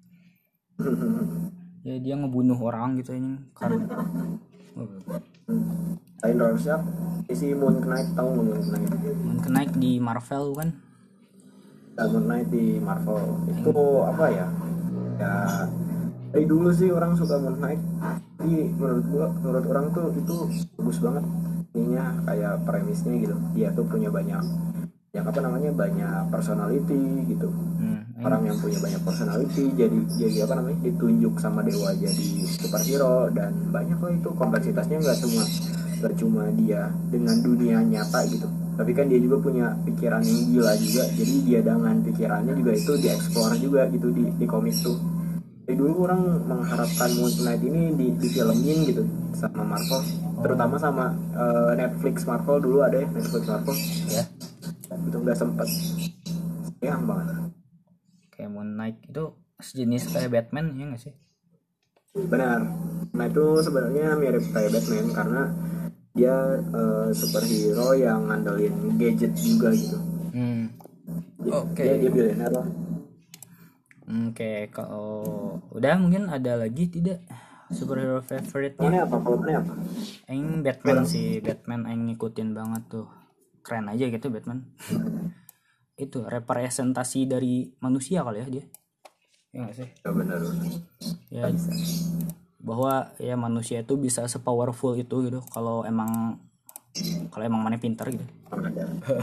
Ya dia ngebunuh orang gitu ini karena oh, Lain Rorschach isi Moon Knight, tahu nggak Moon Knight? Moon Knight di Marvel kan. Nah, Moon Knight di Marvel itu apa ya? Ya dari dulu sih orang suka Moon Knight. Tapi menurut gua, menurut orang tuh itu bagus banget. Ininya kayak premisnya gitu. Dia tuh punya banyak yang apa namanya banyak personality gitu. Hmm, Orang yang punya banyak personality jadi jadi apa namanya ditunjuk sama dewa jadi superhero, dan banyak kok itu kompleksitasnya, nggak cuma nggak cuma dia dengan dunia nyata gitu, tapi kan dia juga punya pikiran yang gila juga, jadi dia dengan pikirannya juga itu dieksplor juga gitu di di komik tuh. Dari dulu orang mengharapkan Moon Knight ini di difilmin gitu sama Marvel, terutama sama uh, Netflix Marvel. Dulu ada ya Netflix Marvel ya. itu nggak sempet sayang banget. Kayak Moon Knight itu sejenis kayak Batman ya nggak sih? Benar. Nah itu sebenarnya mirip kayak Batman karena dia uh, superhero yang ngandelin gadget juga gitu. Hmm. Oke. Dia dia billionaire lah. Oke, kalau udah mungkin ada lagi tidak superhero favorite-nya? Mana apa? Kalau mana apa? Aing Batman sih, Batman aing ngikutin banget tuh. Keren aja gitu Batman. Itu representasi dari manusia kali ya dia. Ya nggak sih? Ya benar. Ya bahwa ya manusia itu bisa sepowerful itu gitu kalau emang kalau emang mana pintar gitu.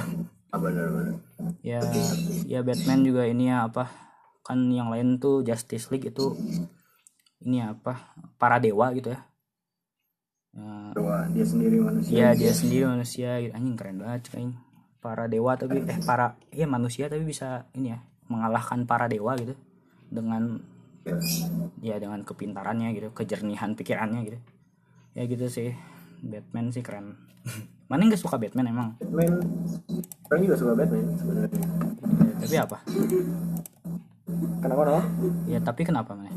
Ah, benar-benar. Ya ya Batman juga ini ya apa, kan yang lain tuh Justice League itu ini ya apa, para dewa gitu ya. Ya, Bahwa dia sendiri manusia. iya dia sendiri manusia gitu. Anjing keren banget kayaknya. Para dewa tapi eh para iya manusia tapi bisa ini ya mengalahkan para dewa gitu dengan Ya. ya dengan kepintarannya gitu, kejernihan pikirannya gitu. Ya gitu sih. Batman sih keren. Mana nggak suka Batman emang? Batman, orang juga suka Batman sebenarnya. Ya, tapi apa? Kenapa no? Ya tapi kenapa mana?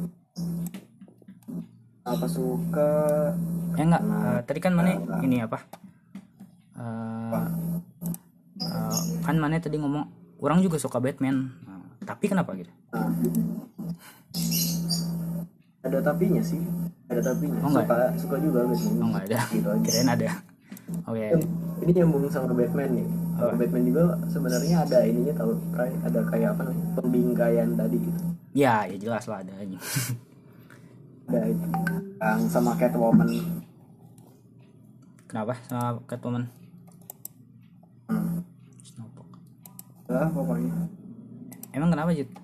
Apa suka? Ya enggak. Eh, tadi kan mana ini apa? Eh, eh, kan mana tadi ngomong orang juga suka Batman. Nah, tapi kenapa gitu? Nah, ada tapinya sih, ada tapinya. Oh, enggak. suka suka juga Batman. Oh nggak ada. Gitu aja. Kirain ada. Oke. Kan ini nyambung sama Batman nih. Kalau Apa? Batman juga sebenarnya ada ininya tahu, Pray, ada kayak apa namanya pembingkaian tadi gitu. Ya ya jelas lah ada aja. Ada itu yang sama Catwoman. Kenapa sama Catwoman? Hmm. Snowpoke. Lah pokoknya. Emang kenapa Jit?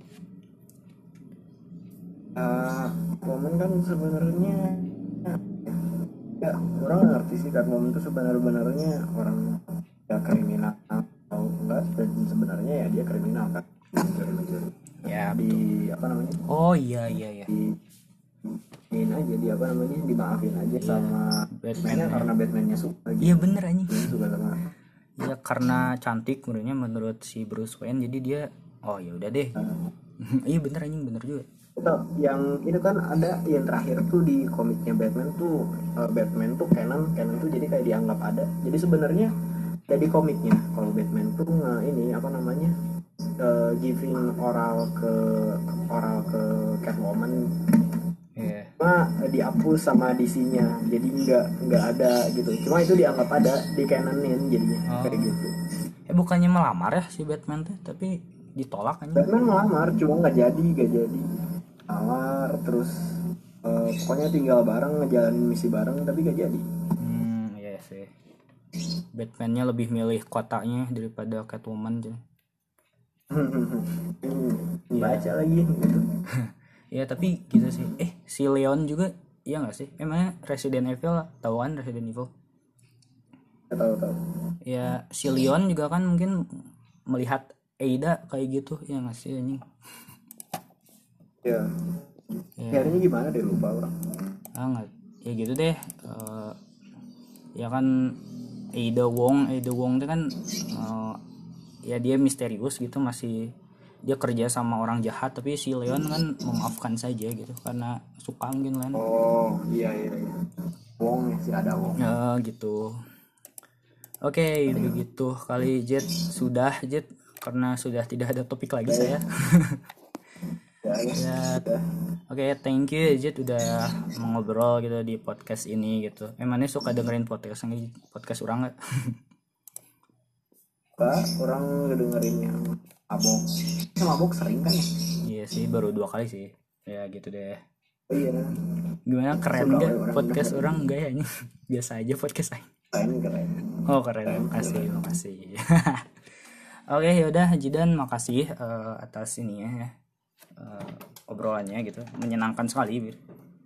Uh, Catwoman kan sebenarnya ya orang nggak ngerti sih Catwoman itu sebenarnya orang ya kriminal atau enggak, dan sebenarnya ya dia kriminal kan mencuri-mencuri Ya di betul. apa namanya Oh iya iya iya. di ini aja di apa namanya dimaafin aja sama Batman, Batman ya. karena Batmannya suka gitu. Iya bener anjing. Dia suka sama Ya karena cantik menurutnya menurut si Bruce Wayne jadi dia oh ya udah deh. Iya bener anjing bener juga. itu yang itu kan ada yang terakhir tuh di komiknya Batman tuh uh, Batman tuh canon canon tuh jadi kayak dianggap ada, jadi sebenarnya jadi komiknya kalau Batman tuh nge, ini apa namanya uh, giving oral ke oral ke Catwoman Iya. cuma uh, dihapus sama D C-nya jadi nggak nggak ada gitu, cuma itu dianggap ada di canonin jadinya. Oh. Kayak gitu. Eh bukannya melamar ya si Batman tuh tapi ditolak anjing. Batman melamar cuma nggak jadi nggak jadi melamar terus uh, pokoknya tinggal bareng ngejalanin misi bareng tapi gak jadi. Hmm iya sih. Batman-nya lebih milih kotanya daripada Catwoman jadi. hmm, baca lagi gitu. Ya tapi gitu sih. Eh si Leon juga iya nggak sih? Emangnya Resident Evil tahu kan Resident Evil? Gak tahu tahu. Ya si Leon juga kan mungkin melihat Ada kayak gitu ya nggak sih anjing? Ya. Ya. Akhirnya gimana deh lupa orang. Ah nggak ya gitu deh. Eh, ya kan Ada Wong Ada Wong itu kan eh, ya dia misterius gitu, masih dia kerja sama orang jahat, tapi si Leon kan memaafkan saja gitu karena suka mungkin Leon. Oh iya iya iya. Wong ya sih ada Wong. Ya gitu. Oke begitu kali Jet sudah Jet karena sudah tidak ada topik lagi saya. Ya, ya. Ya, Sudah. oke thank you Jet udah ngobrol gitu di podcast ini gitu. Emangnya suka dengerin podcast ini podcast orang nggak? Pak, orang ngedengerin yang mabok. Yang mabok sering kan ya? Iya sih baru dua kali sih. Ya gitu deh. Oh iya. Gimana keren Suka nggak orang podcast dengerin. orang enggak ya? Biasa aja podcast saya. Keren keren. Oh keren, makasih makasih. Oke yaudah Jidan makasih eh, atas ini ya eh, obrolannya gitu, menyenangkan sekali Bir.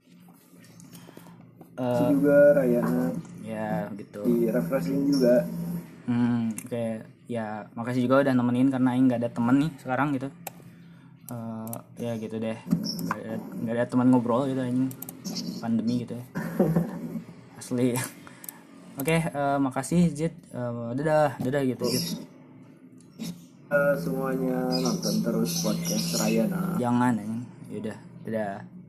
Itu Eh, juga Rayana ya gitu. di refreshing juga. Hmm, oke ya makasih juga udah nemenin karena Aing nggak ada temen nih sekarang gitu. Eh, ya gitu deh, nggak ada, nggak ada teman ngobrol gitu anjing, pandemi gitu ya. Asli. Oke, eh, makasih Jit. Eh, dadah, dadah gitu Jit. Eh, semuanya nonton terus podcast Rayana. Jangan anjing. Yaudah, dadah.